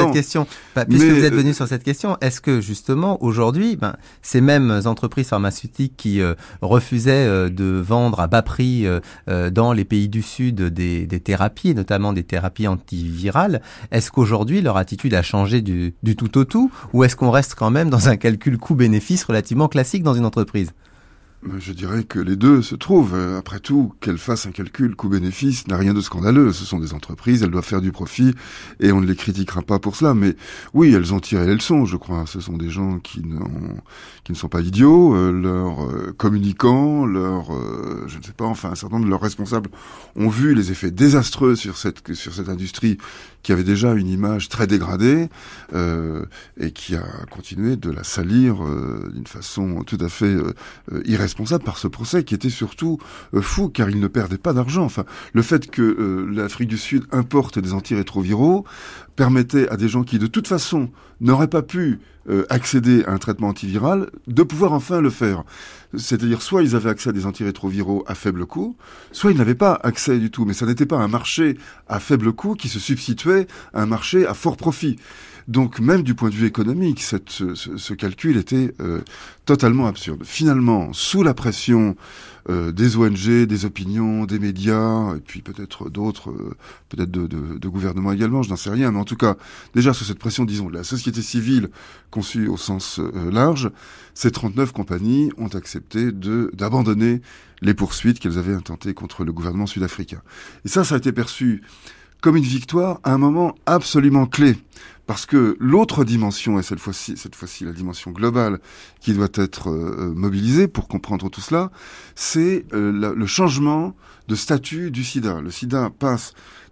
vous êtes venu sur cette question, est-ce que justement aujourd'hui, ces mêmes entreprises pharmaceutiques qui refusaient de vendre à bas prix dans les pays du Sud des thérapies, notamment des thérapies antivirales, est-ce qu'aujourd'hui leur attitude a changé du tout au tout, ou est-ce qu'on reste quand même dans un calcul coût-bénéfice relativement classique dans une entreprise ? Je dirais que les deux se trouvent. Après tout, qu'elles fassent un calcul coût-bénéfice n'a rien de scandaleux. Ce sont des entreprises, elles doivent faire du profit et on ne les critiquera pas pour cela. Mais oui, elles ont tiré les leçons, je crois. Ce sont des gens qui ne sont pas idiots. Leurs communicants, je ne sais pas, enfin un certain nombre de leurs responsables ont vu les effets désastreux sur cette industrie qui avait déjà une image très dégradée et qui a continué de la salir d'une façon tout à fait irresponsable par ce procès qui était surtout fou, car il ne perdait pas d'argent. Enfin, le fait que l'Afrique du Sud importe des antirétroviraux permettait à des gens qui de toute façon n'auraient pas pu accéder à un traitement antiviral de pouvoir enfin le faire. C'est-à-dire soit ils avaient accès à des antirétroviraux à faible coût, soit ils n'avaient pas accès du tout. Mais ça n'était pas un marché à faible coût qui se substituait à un marché à fort profit. Donc même du point de vue économique, ce calcul était totalement absurde. Finalement, sous la pression des ONG, des opinions, des médias, et puis peut-être d'autres, peut-être de gouvernements également, je n'en sais rien, mais en tout cas, déjà sous cette pression, disons, de la société civile conçue au sens large, ces 39 compagnies ont accepté d'abandonner les poursuites qu'elles avaient intentées contre le gouvernement sud-africain. Et ça a été perçu comme une victoire à un moment absolument clé. Parce que l'autre dimension, et cette fois-ci la dimension globale qui doit être mobilisée pour comprendre tout cela, c'est le changement de statut du sida. Le sida passe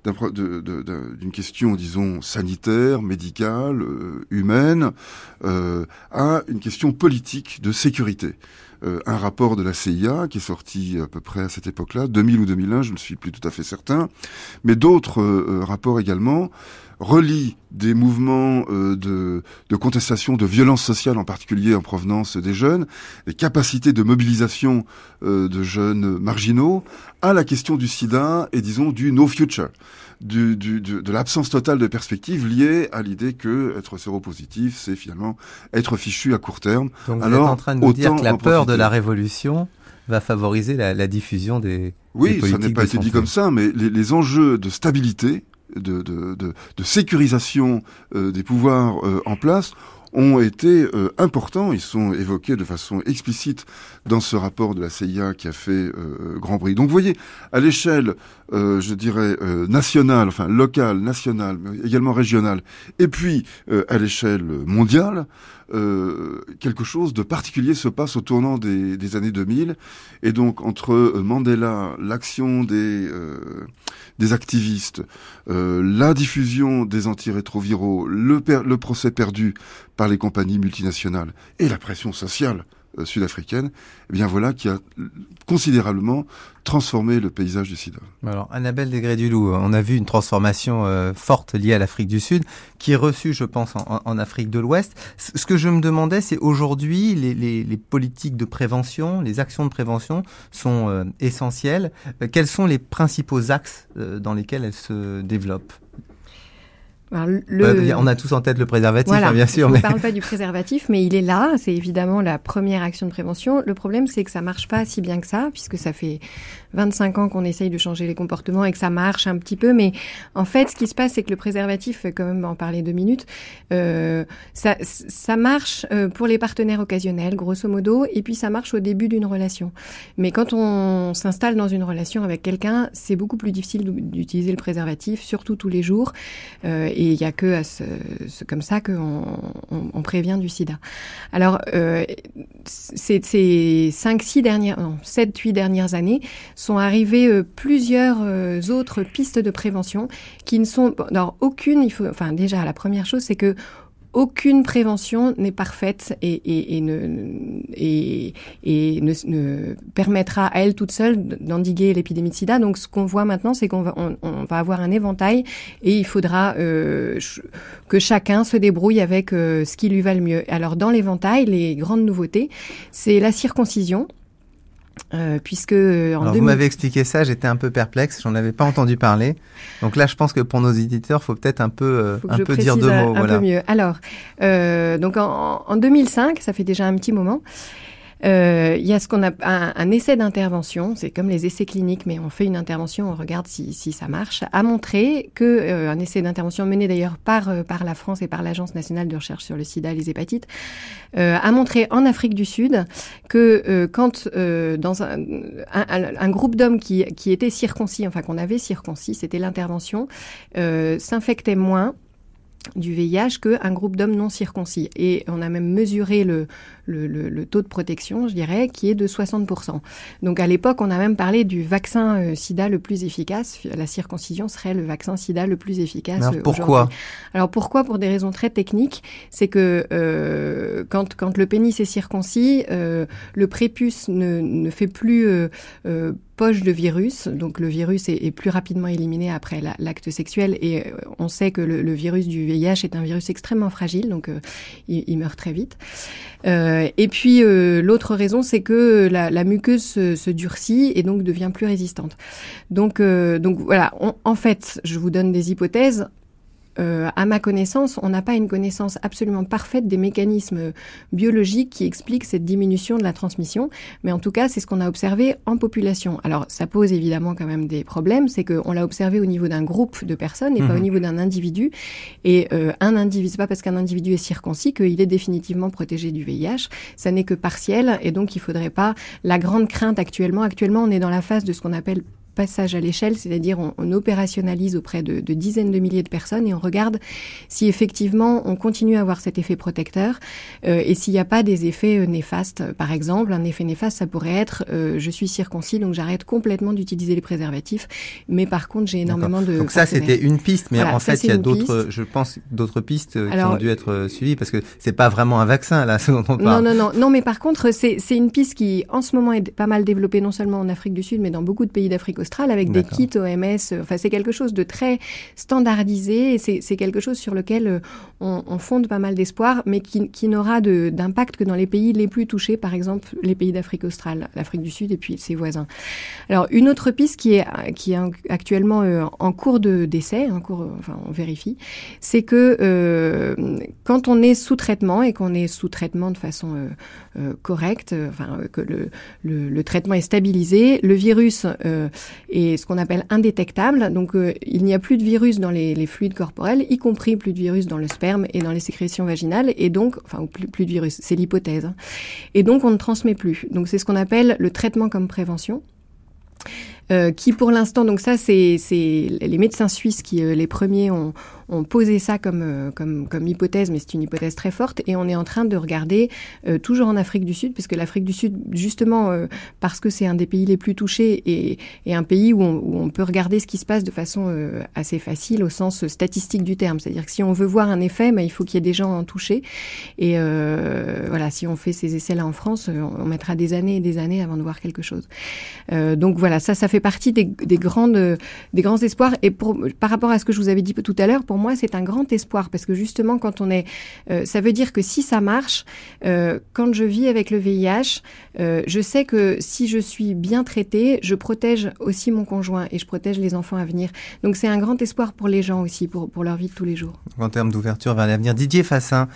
d'une question, disons, sanitaire, médicale, humaine, à une question politique de sécurité. Un rapport de la CIA qui est sorti à peu près à cette époque-là, 2000 ou 2001, je ne suis plus tout à fait certain, mais d'autres rapports également relient des mouvements de contestation de violence sociale, en particulier en provenance des jeunes, des capacités de mobilisation de jeunes marginaux, à la question du sida et, disons, du no future, de l'absence totale de perspective liée à l'idée que être séropositif, c'est finalement être fichu à court terme. Donc vous êtes en train de nous dire que la peur de la révolution va favoriser la diffusion des politiques de santé. Oui, ça n'a pas été dit comme ça, mais les enjeux de stabilité, de sécurisation des pouvoirs en place ont été importants. Ils sont évoqués de façon explicite dans ce rapport de la CIA qui a fait grand bruit. Donc vous voyez, à l'échelle, je dirais, nationale, enfin locale, nationale, mais également régionale, et puis à l'échelle mondiale, quelque chose de particulier se passe au tournant des années 2000. Et donc entre Mandela, l'action des activistes, la diffusion des antirétroviraux, le procès perdu par les compagnies multinationales et la pression sociale sud-africaine, eh bien voilà qui a considérablement transformé le paysage du sida. Alors, Annabelle Desgrès-Dulhoux, on a vu une transformation forte liée à l'Afrique du Sud, qui est reçue, je pense, en Afrique de l'Ouest. Ce que je me demandais, c'est aujourd'hui, les politiques de prévention, les actions de prévention sont essentielles. Quels sont les principaux axes dans lesquels elles se développent ? Alors, on a tous en tête le préservatif, voilà, bien sûr. Je ne parle pas du préservatif, mais il est là. C'est évidemment la première action de prévention. Le problème, c'est que ça marche pas si bien que ça, puisque ça fait 25 ans qu'on essaye de changer les comportements et que ça marche un petit peu. Mais en fait, ce qui se passe, c'est que le préservatif, quand même en parler 2 minutes, ça marche pour les partenaires occasionnels, grosso modo, et puis ça marche au début d'une relation. Mais quand on s'installe dans une relation avec quelqu'un, c'est beaucoup plus difficile d'utiliser le préservatif, surtout tous les jours. Et il n'y a que comme ça qu'on prévient du sida. Alors, ces 7-8 dernières années sont arrivées plusieurs autres pistes de prévention qui ne sont... Alors, aucune, déjà, la première chose, c'est que aucune prévention n'est parfaite et ne permettra à elle toute seule d'endiguer l'épidémie de sida. Donc, ce qu'on voit maintenant, c'est qu'on va avoir un éventail et il faudra que chacun se débrouille avec ce qui lui va le mieux. Alors, dans l'éventail, les grandes nouveautés, c'est la circoncision. Puisque vous m'avez expliqué ça, j'étais un peu perplexe, j'en avais pas entendu parler. Donc là, je pense que pour nos éditeurs, faut peut-être un peu dire 2 mots. Un peu mieux. Alors, donc en 2005, ça fait déjà un petit moment. Il y a ce qu'on a un essai d'intervention, c'est comme les essais cliniques, mais on fait une intervention, on regarde si ça marche, a montré que un essai d'intervention mené d'ailleurs par la France et par l'Agence nationale de recherche sur le sida et les hépatites a montré en Afrique du Sud que quand dans un groupe d'hommes qui étaient circoncis, enfin qu'on avait circoncis, c'était l'intervention, s'infectait moins du VIH qu'un groupe d'hommes non circoncis. Et on a même mesuré le taux de protection, je dirais, qui est de 60%. Donc à l'époque, on a même parlé du vaccin sida le plus efficace. La circoncision serait le vaccin sida le plus efficace. Alors pourquoi ? Alors pourquoi ? Pour des raisons très techniques. C'est que quand le pénis est circoncis, le prépuce ne fait plus poche de virus, donc le virus est plus rapidement éliminé après l'acte sexuel et on sait que le virus du VIH est un virus extrêmement fragile, donc il meurt très vite. Et puis l'autre raison, c'est que la muqueuse se durcit et donc devient plus résistante. Donc voilà, en fait, je vous donne des hypothèses. À ma connaissance, on n'a pas une connaissance absolument parfaite des mécanismes biologiques qui expliquent cette diminution de la transmission, mais en tout cas, c'est ce qu'on a observé en population. Alors, ça pose évidemment quand même des problèmes, c'est qu'on l'a observé au niveau d'un groupe de personnes et pas au niveau d'un individu. Et un individu, c'est pas parce qu'un individu est circoncis qu'il est définitivement protégé du VIH. Ça n'est que partiel, et donc il faudrait pas... La grande crainte actuellement, on est dans la phase de ce qu'on appelle passage à l'échelle, c'est-à-dire on opérationnalise auprès de dizaines de milliers de personnes et on regarde si effectivement on continue à avoir cet effet protecteur et s'il n'y a pas des effets néfastes. Par exemple, un effet néfaste, ça pourrait être je suis circoncis, donc j'arrête complètement d'utiliser les préservatifs, mais par contre j'ai énormément de... Donc ça c'était une piste, mais voilà, en fait il y a d'autres, piste. Je pense, d'autres pistes qui ont dû être suivies, parce que c'est pas vraiment un vaccin là, ce dont on parle. Non, mais par contre c'est une piste qui en ce moment est pas mal développée, non seulement en Afrique du Sud, mais dans beaucoup de pays d'Afrique australe, avec des kits OMS. Enfin, c'est quelque chose de très standardisé et c'est quelque chose sur lequel on fonde pas mal d'espoir, mais qui n'aura d'impact que dans les pays les plus touchés, par exemple les pays d'Afrique australe, l'Afrique du Sud et puis ses voisins. Alors, une autre piste qui est actuellement en cours d'essai, on vérifie, c'est que quand on est sous traitement et qu'on est sous traitement de façon correcte, que le traitement est stabilisé, le virus est ce qu'on appelle indétectable. Donc, il n'y a plus de virus dans les fluides corporels, y compris plus de virus dans le sperme et dans les sécrétions vaginales. Et donc, plus de virus, c'est l'hypothèse. Et donc, on ne transmet plus. Donc, c'est ce qu'on appelle le traitement comme prévention. Qui pour l'instant, donc ça c'est les médecins suisses qui les premiers ont posé ça comme hypothèse, mais c'est une hypothèse très forte et on est en train de regarder toujours en Afrique du Sud, puisque l'Afrique du Sud justement parce que c'est un des pays les plus touchés et un pays où on peut regarder ce qui se passe de façon assez facile au sens statistique du terme, c'est-à-dire que si on veut voir un effet, il faut qu'il y ait des gens touchés et voilà, si on fait ces essais-là en France, on mettra des années et des années avant de voir quelque chose. Donc voilà, ça fait partie des grands espoirs et par rapport à ce que je vous avais dit tout à l'heure, pour pour moi, c'est un grand espoir parce que justement, quand on est, ça veut dire que si ça marche, quand je vis avec le VIH, je sais que si je suis bien traitée, je protège aussi mon conjoint et je protège les enfants à venir. Donc c'est un grand espoir pour les gens aussi, pour leur vie de tous les jours. En termes d'ouverture vers l'avenir, Didier Fassin,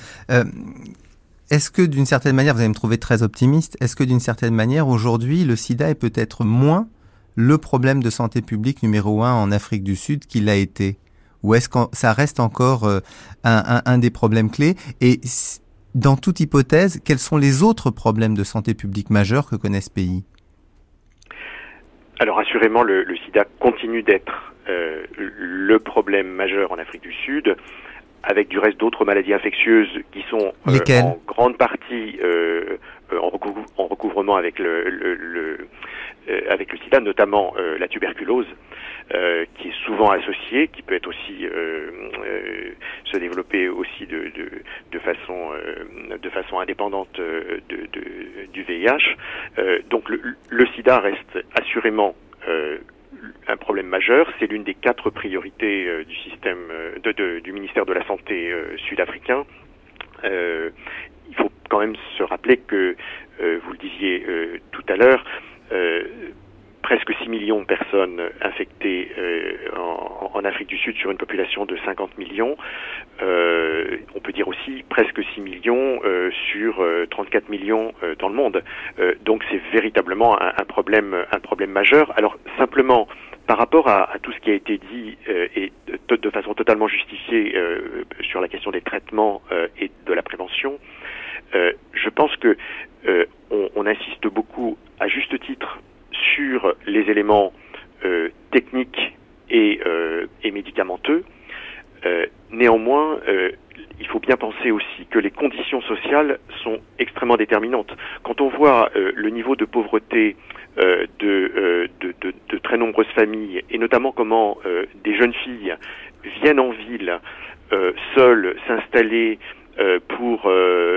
est-ce que d'une certaine manière, vous allez me trouver très optimiste, est-ce que d'une certaine manière, aujourd'hui, le sida est peut-être moins le problème de santé publique numéro 1 en Afrique du Sud qu'il l'a été? Ou est-ce que ça reste encore un des problèmes clés? Et dans toute hypothèse, quels sont les autres problèmes de santé publique majeurs que connaît ce pays? Alors assurément, le sida continue d'être le problème majeur en Afrique du Sud, avec du reste d'autres maladies infectieuses qui sont en grande partie en recouvrement avec le sida, notamment la tuberculose, qui est souvent associée, qui peut être aussi se développer aussi de façon indépendante du VIH. Donc le sida reste assurément un problème majeur. C'est l'une des 4 priorités du système du ministère de la Santé sud-africain. Il faut quand même se rappeler que, vous le disiez tout à l'heure, presque 6 millions de personnes infectées en Afrique du Sud sur une population de 50 millions. On peut dire aussi presque 6 millions sur 34 millions dans le monde. Donc c'est véritablement un problème majeur. Alors simplement, par rapport à tout ce qui a été dit et de façon totalement justifiée sur la question des traitements et de la prévention, je pense que on insiste beaucoup, à juste titre, sur les éléments techniques et médicamenteux. Néanmoins, il faut bien penser aussi que les conditions sociales sont extrêmement déterminantes. Quand on voit le niveau de pauvreté de très nombreuses familles, et notamment comment des jeunes filles viennent en ville seules s'installer pour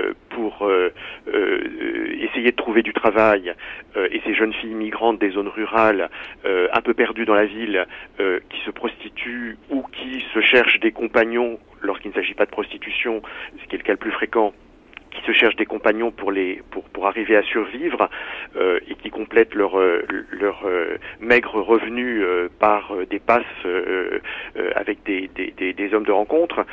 essayer de trouver du travail, et ces jeunes filles migrantes des zones rurales un peu perdues dans la ville, qui se prostituent ou qui se cherchent des compagnons lorsqu'il ne s'agit pas de prostitution, ce qui est le cas le plus fréquent, qui se cherchent des compagnons pour arriver à survivre et qui complètent leur maigre revenu par des passes avec des hommes de rencontre.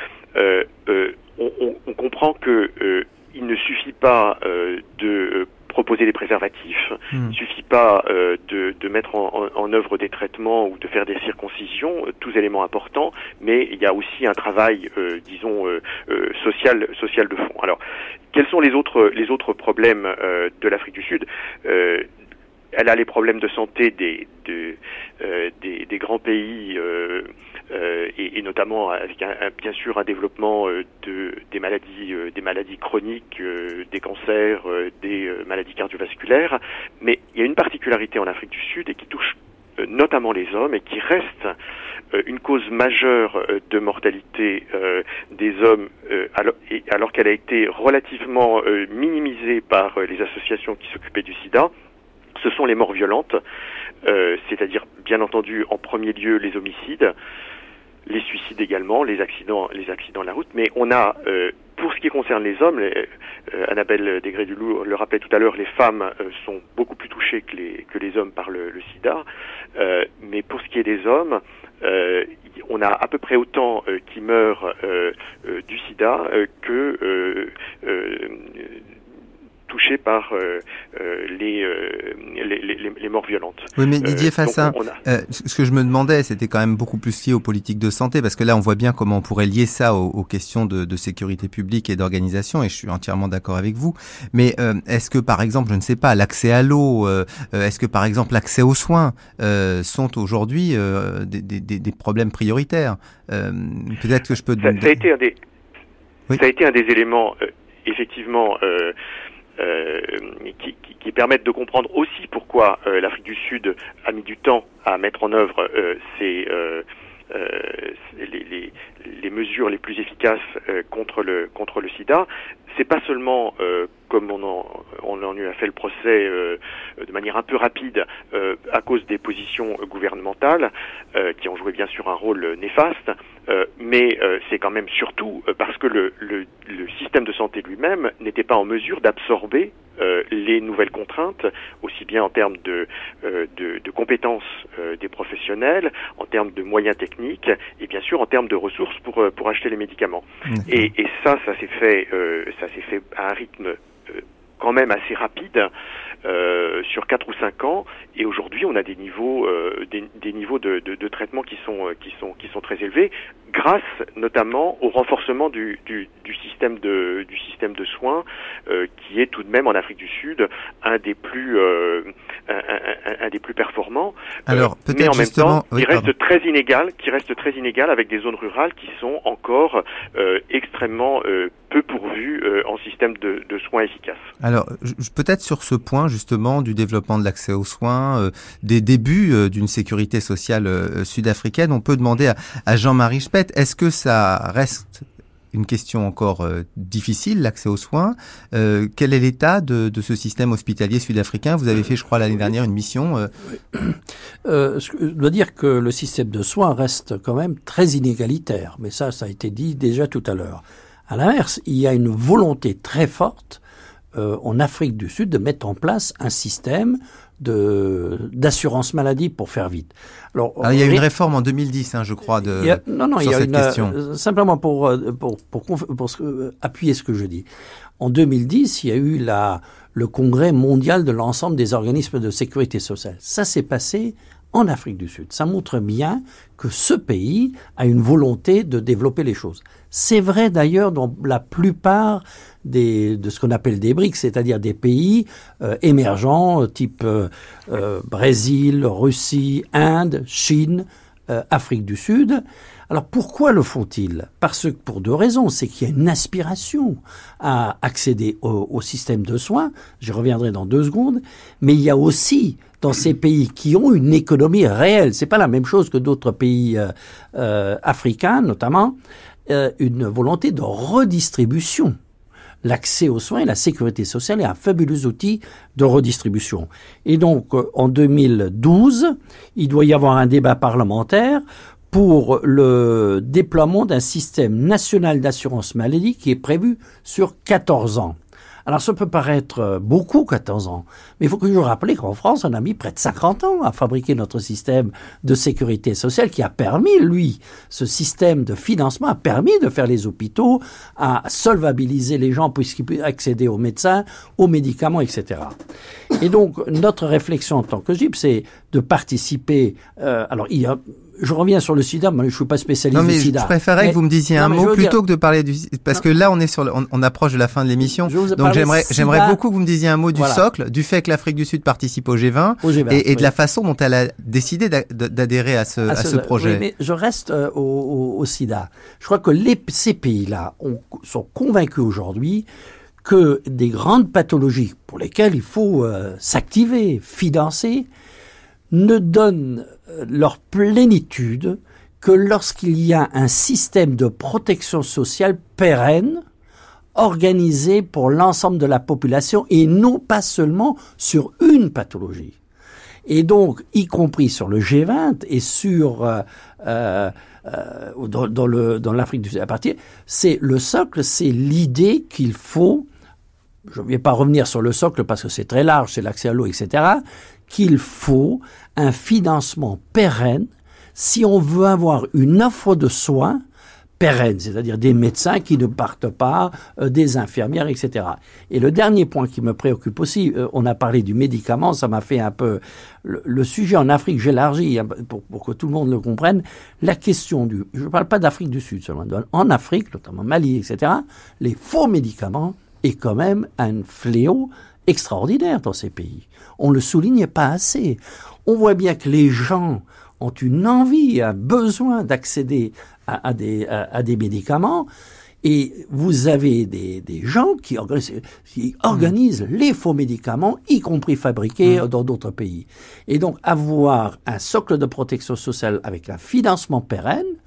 On comprend que il ne suffit pas de proposer des préservatifs, il ne suffit pas de mettre en œuvre des traitements ou de faire des circoncisions, tous éléments importants, mais il y a aussi un travail, social de fond. Alors, quels sont les autres problèmes de l'Afrique du Sud? Elle a les problèmes de santé des grands pays et notamment avec bien sûr un développement des maladies chroniques, des cancers, des maladies cardiovasculaires. Mais il y a une particularité en Afrique du Sud et qui touche notamment les hommes et qui reste une cause majeure de mortalité des hommes alors qu'elle a été relativement minimisée par les associations qui s'occupaient du sida. Ce sont les morts violentes, c'est-à-dire bien entendu en premier lieu les homicides, les suicides également, les accidents de la route. Mais on a, pour ce qui concerne les hommes, Annabelle Desgrès-Duloup le rappelait tout à l'heure, les femmes sont beaucoup plus touchées que les hommes par le sida. Mais pour ce qui est des hommes, on a à peu près autant qui meurent du sida que touchés par les morts violentes. Oui, mais Didier Fassin, ce que je me demandais, c'était quand même beaucoup plus lié aux politiques de santé, parce que là, on voit bien comment on pourrait lier ça aux questions de sécurité publique et d'organisation, et je suis entièrement d'accord avec vous. Mais est-ce que, par exemple, je ne sais pas, l'accès à l'eau, est-ce que, par exemple, l'accès aux soins sont aujourd'hui des problèmes prioritaires? Peut-être que je peux... Ça a été un des éléments, effectivement... qui permettent de comprendre aussi pourquoi l'Afrique du Sud a mis du temps à mettre en œuvre les mesures les plus efficaces contre le sida. C'est pas seulement, comme on on lui a fait le procès de manière un peu rapide à cause des positions gouvernementales qui ont joué bien sûr un rôle néfaste, mais c'est quand même surtout parce que le système de santé lui-même n'était pas en mesure d'absorber les nouvelles contraintes, aussi bien en termes de compétences des professionnels, en termes de moyens techniques et bien sûr en termes de ressources pour acheter les médicaments. Et ça s'est fait à un rythme quand même assez rapide sur 4 ou 5 ans, et aujourd'hui on a des niveaux de traitement qui sont très élevés, grâce notamment au renforcement du système de soins qui est tout de même en Afrique du Sud un des plus performants. Alors peut-être mais en même justement, temps, qui reste très inégal avec des zones rurales qui sont encore extrêmement peu pourvues en système de soins efficaces. Alors peut-être sur ce point justement du développement de l'accès aux soins, des débuts d'une sécurité sociale sud-africaine, on peut demander à Jean-Marie Speth, est-ce que ça reste une question encore difficile, l'accès aux soins? Quel est l'état de ce système hospitalier sud-africain? Vous avez fait, je crois, l'année dernière une mission. Je dois dire que le système de soins reste quand même très inégalitaire, mais ça a été dit déjà tout à l'heure. À l'inverse, il y a une volonté très forte en Afrique du Sud de mettre en place un système d'assurance maladie, pour faire vite. Alors, il y a eu une réforme en 2010, je crois, sur cette question. Simplement pour appuyer ce que je dis. En 2010, il y a eu le congrès mondial de l'ensemble des organismes de sécurité sociale. Ça s'est passé en Afrique du Sud. Ça montre bien que ce pays a une volonté de développer les choses. C'est vrai d'ailleurs dans la plupart de ce qu'on appelle des BRICS, c'est-à-dire des pays émergents, type Brésil, Russie, Inde, Chine, Afrique du Sud. Alors pourquoi le font-ils? Pour 2 raisons. C'est qu'il y a une aspiration à accéder au système de soins, j'y reviendrai dans 2 secondes, mais il y a aussi dans ces pays qui ont une économie réelle, c'est pas la même chose que d'autres pays africains notamment, une volonté de redistribution. L'accès aux soins et la sécurité sociale est un fabuleux outil de redistribution. Et donc, en 2012, il doit y avoir un débat parlementaire pour le déploiement d'un système national d'assurance maladie qui est prévu sur 14 ans. Alors, ça peut paraître beaucoup, 14 ans, mais il faut toujours rappeler qu'en France, on a mis près de 50 ans à fabriquer notre système de sécurité sociale qui a permis, ce système de financement a permis de faire les hôpitaux, à solvabiliser les gens puisqu'ils peuvent accéder aux médecins, aux médicaments, etc. Et donc, notre réflexion en tant que GIP, c'est de participer. Je reviens sur le sida, moi je suis pas spécialiste du sida. Je préférerais que vous me disiez un mot plutôt que de parler parce que là on approche de la fin de l'émission. Donc j'aimerais beaucoup que vous me disiez un mot du socle, du fait que l'Afrique du Sud participe au G20, et de la façon dont elle a décidé d'adhérer à ce projet. Oui, mais je reste au sida. Je crois que ces pays-là sont convaincus aujourd'hui que des grandes pathologies pour lesquelles il faut s'activer, financer, ne donnent leur plénitude que lorsqu'il y a un système de protection sociale pérenne, organisé pour l'ensemble de la population et non pas seulement sur une pathologie. Et donc, y compris sur le G20 et dans l'Afrique du Sud, c'est le socle, c'est l'idée qu'il faut, je ne vais pas revenir sur le socle parce que c'est très large, c'est l'accès à l'eau, etc., qu'il faut un financement pérenne si on veut avoir une offre de soins pérenne, c'est-à-dire des médecins qui ne partent pas, des infirmières, etc. Et le dernier point qui me préoccupe aussi, on a parlé du médicament, ça m'a fait un peu... Le sujet en Afrique, j'élargis pour que tout le monde le comprenne, la question je ne parle pas d'Afrique du Sud seulement, en Afrique, notamment Mali, etc., les faux médicaments est quand même un fléau extraordinaire dans ces pays. On ne le souligne pas assez. On voit bien que les gens ont une envie, un besoin d'accéder à des médicaments, et vous avez des gens qui organisent les faux médicaments, y compris fabriqués dans d'autres pays. Et donc avoir un socle de protection sociale avec un financement pérenne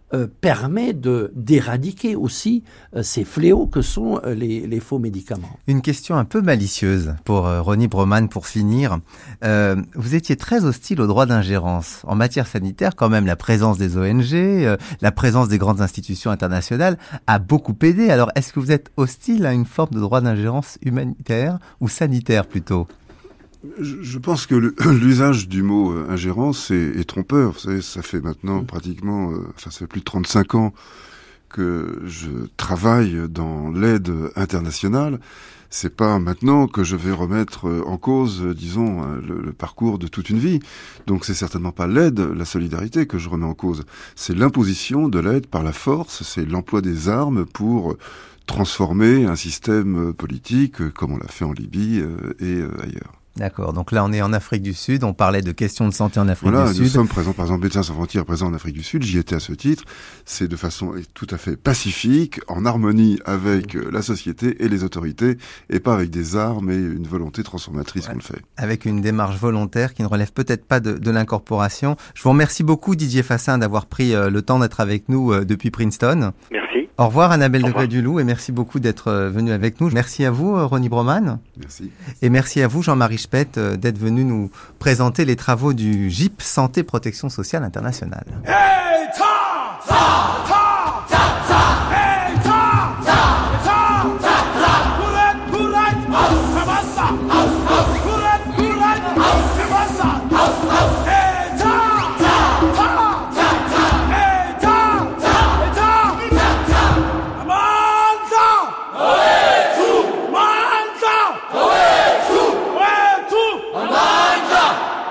permet d'éradiquer aussi ces fléaux que sont les faux médicaments. Une question un peu malicieuse pour Ronnie Broman pour finir. Vous étiez très hostile au droit d'ingérence. En matière sanitaire, quand même, la présence des ONG, la présence des grandes institutions internationales a beaucoup aidé. Alors, est-ce que vous êtes hostile à une forme de droit d'ingérence humanitaire ou sanitaire plutôt ? Je pense que l'usage du mot ingérence est trompeur. Vous savez, ça fait maintenant pratiquement, ça fait plus de 35 ans que je travaille dans l'aide internationale. C'est pas maintenant que je vais remettre en cause, disons, le parcours de toute une vie. Donc c'est certainement pas l'aide, la solidarité que je remets en cause. C'est l'imposition de l'aide par la force, c'est l'emploi des armes pour transformer un système politique comme on l'a fait en Libye et ailleurs. D'accord, donc là on est en Afrique du Sud, on parlait de questions de santé en Afrique du Sud. Nous sommes présents, par exemple, Médecins sans frontières présents en Afrique du Sud, j'y étais à ce titre, c'est de façon tout à fait pacifique, en harmonie avec la société et les autorités, et pas avec des armes et une volonté transformatrice qu'on le fait. Avec une démarche volontaire qui ne relève peut-être pas de l'incorporation. Je vous remercie beaucoup Didier Fassin d'avoir pris le temps d'être avec nous depuis Princeton. Merci. Au revoir Annabelle Degré-Duloup et merci beaucoup d'être venue avec nous. Merci à vous Ronnie Broman. Merci. Et merci à vous Jean-Marie Speth d'être venu nous présenter les travaux du GIP Santé Protection Sociale Internationale. Hey, ta, ta, ta, ta, ta. Hey, ta, ta, ta, ta, ta. Kuret, kabasa. Kuret, kabasa. Hey, ta, ta, ta, ta. Hey, ta, ta, ta, ta. Amanza. Oetu. Amanza. Oetu. Oetu. Amanza.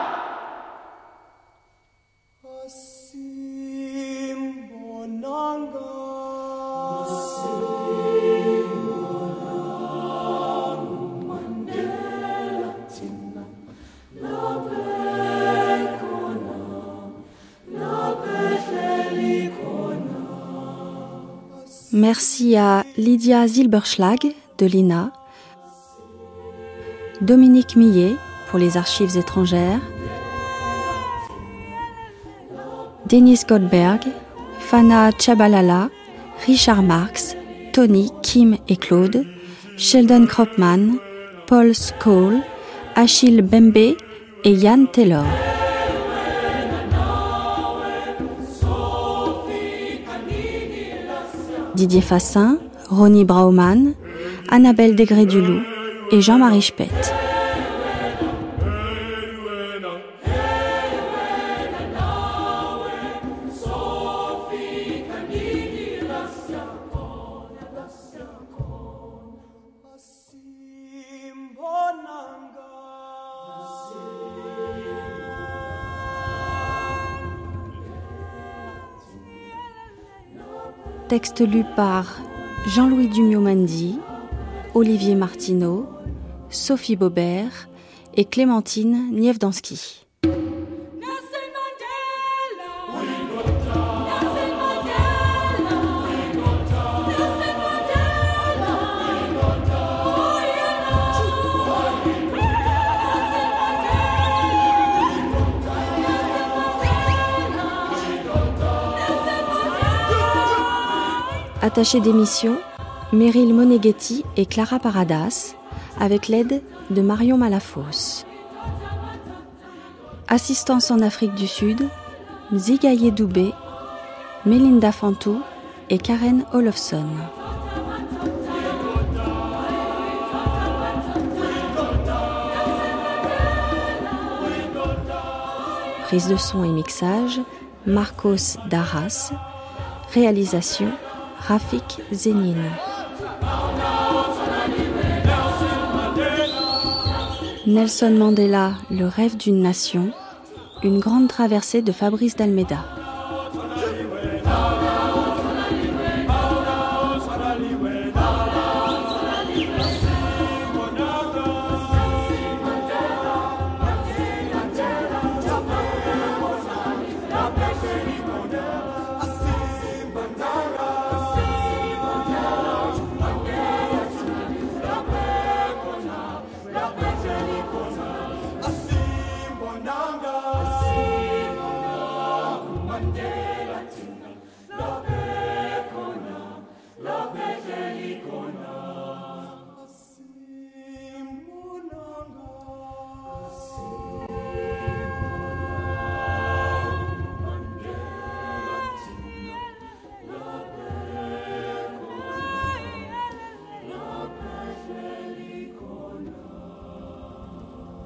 Merci à Lydia Zilberschlag de l'INA, Dominique Millet pour les archives étrangères, Denis Goldberg, Fana Chabalala, Richard Marx, Tony, Kim et Claude, Sheldon Kropman, Paul Scholl, Achille Bembe et Yann Taylor. Didier Fassin, Ronnie Broman, Annabelle Degré-Duloup et Jean-Marie Speth. Texte lu par Jean-Louis Dumio-Mandy, Olivier Martineau, Sophie Baubert et Clémentine Niewdansky. Attachée d'émission, Meryl Moneghetti et Clara Paradas, avec l'aide de Marion Malafosse. Assistance en Afrique du Sud, Mzigaye Doubé, Melinda Fantou et Karen Olofsson. Prise de son et mixage, Marcos Darras. Réalisation, Rafik Zénine. Nelson Mandela, le rêve d'une nation, une grande traversée de Fabrice d'Almeida.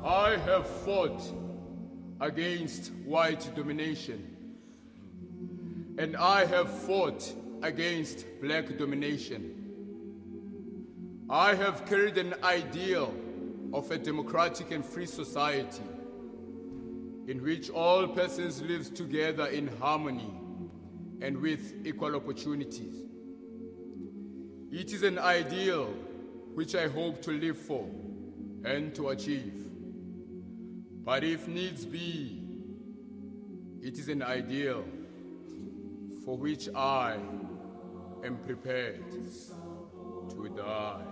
I have fought against white domination, and I have fought against black domination. I have carried an ideal of a democratic and free society in which all persons live together in harmony and with equal opportunities. It is an ideal which I hope to live for and to achieve. But if needs be, it is an ideal for which I am prepared to die.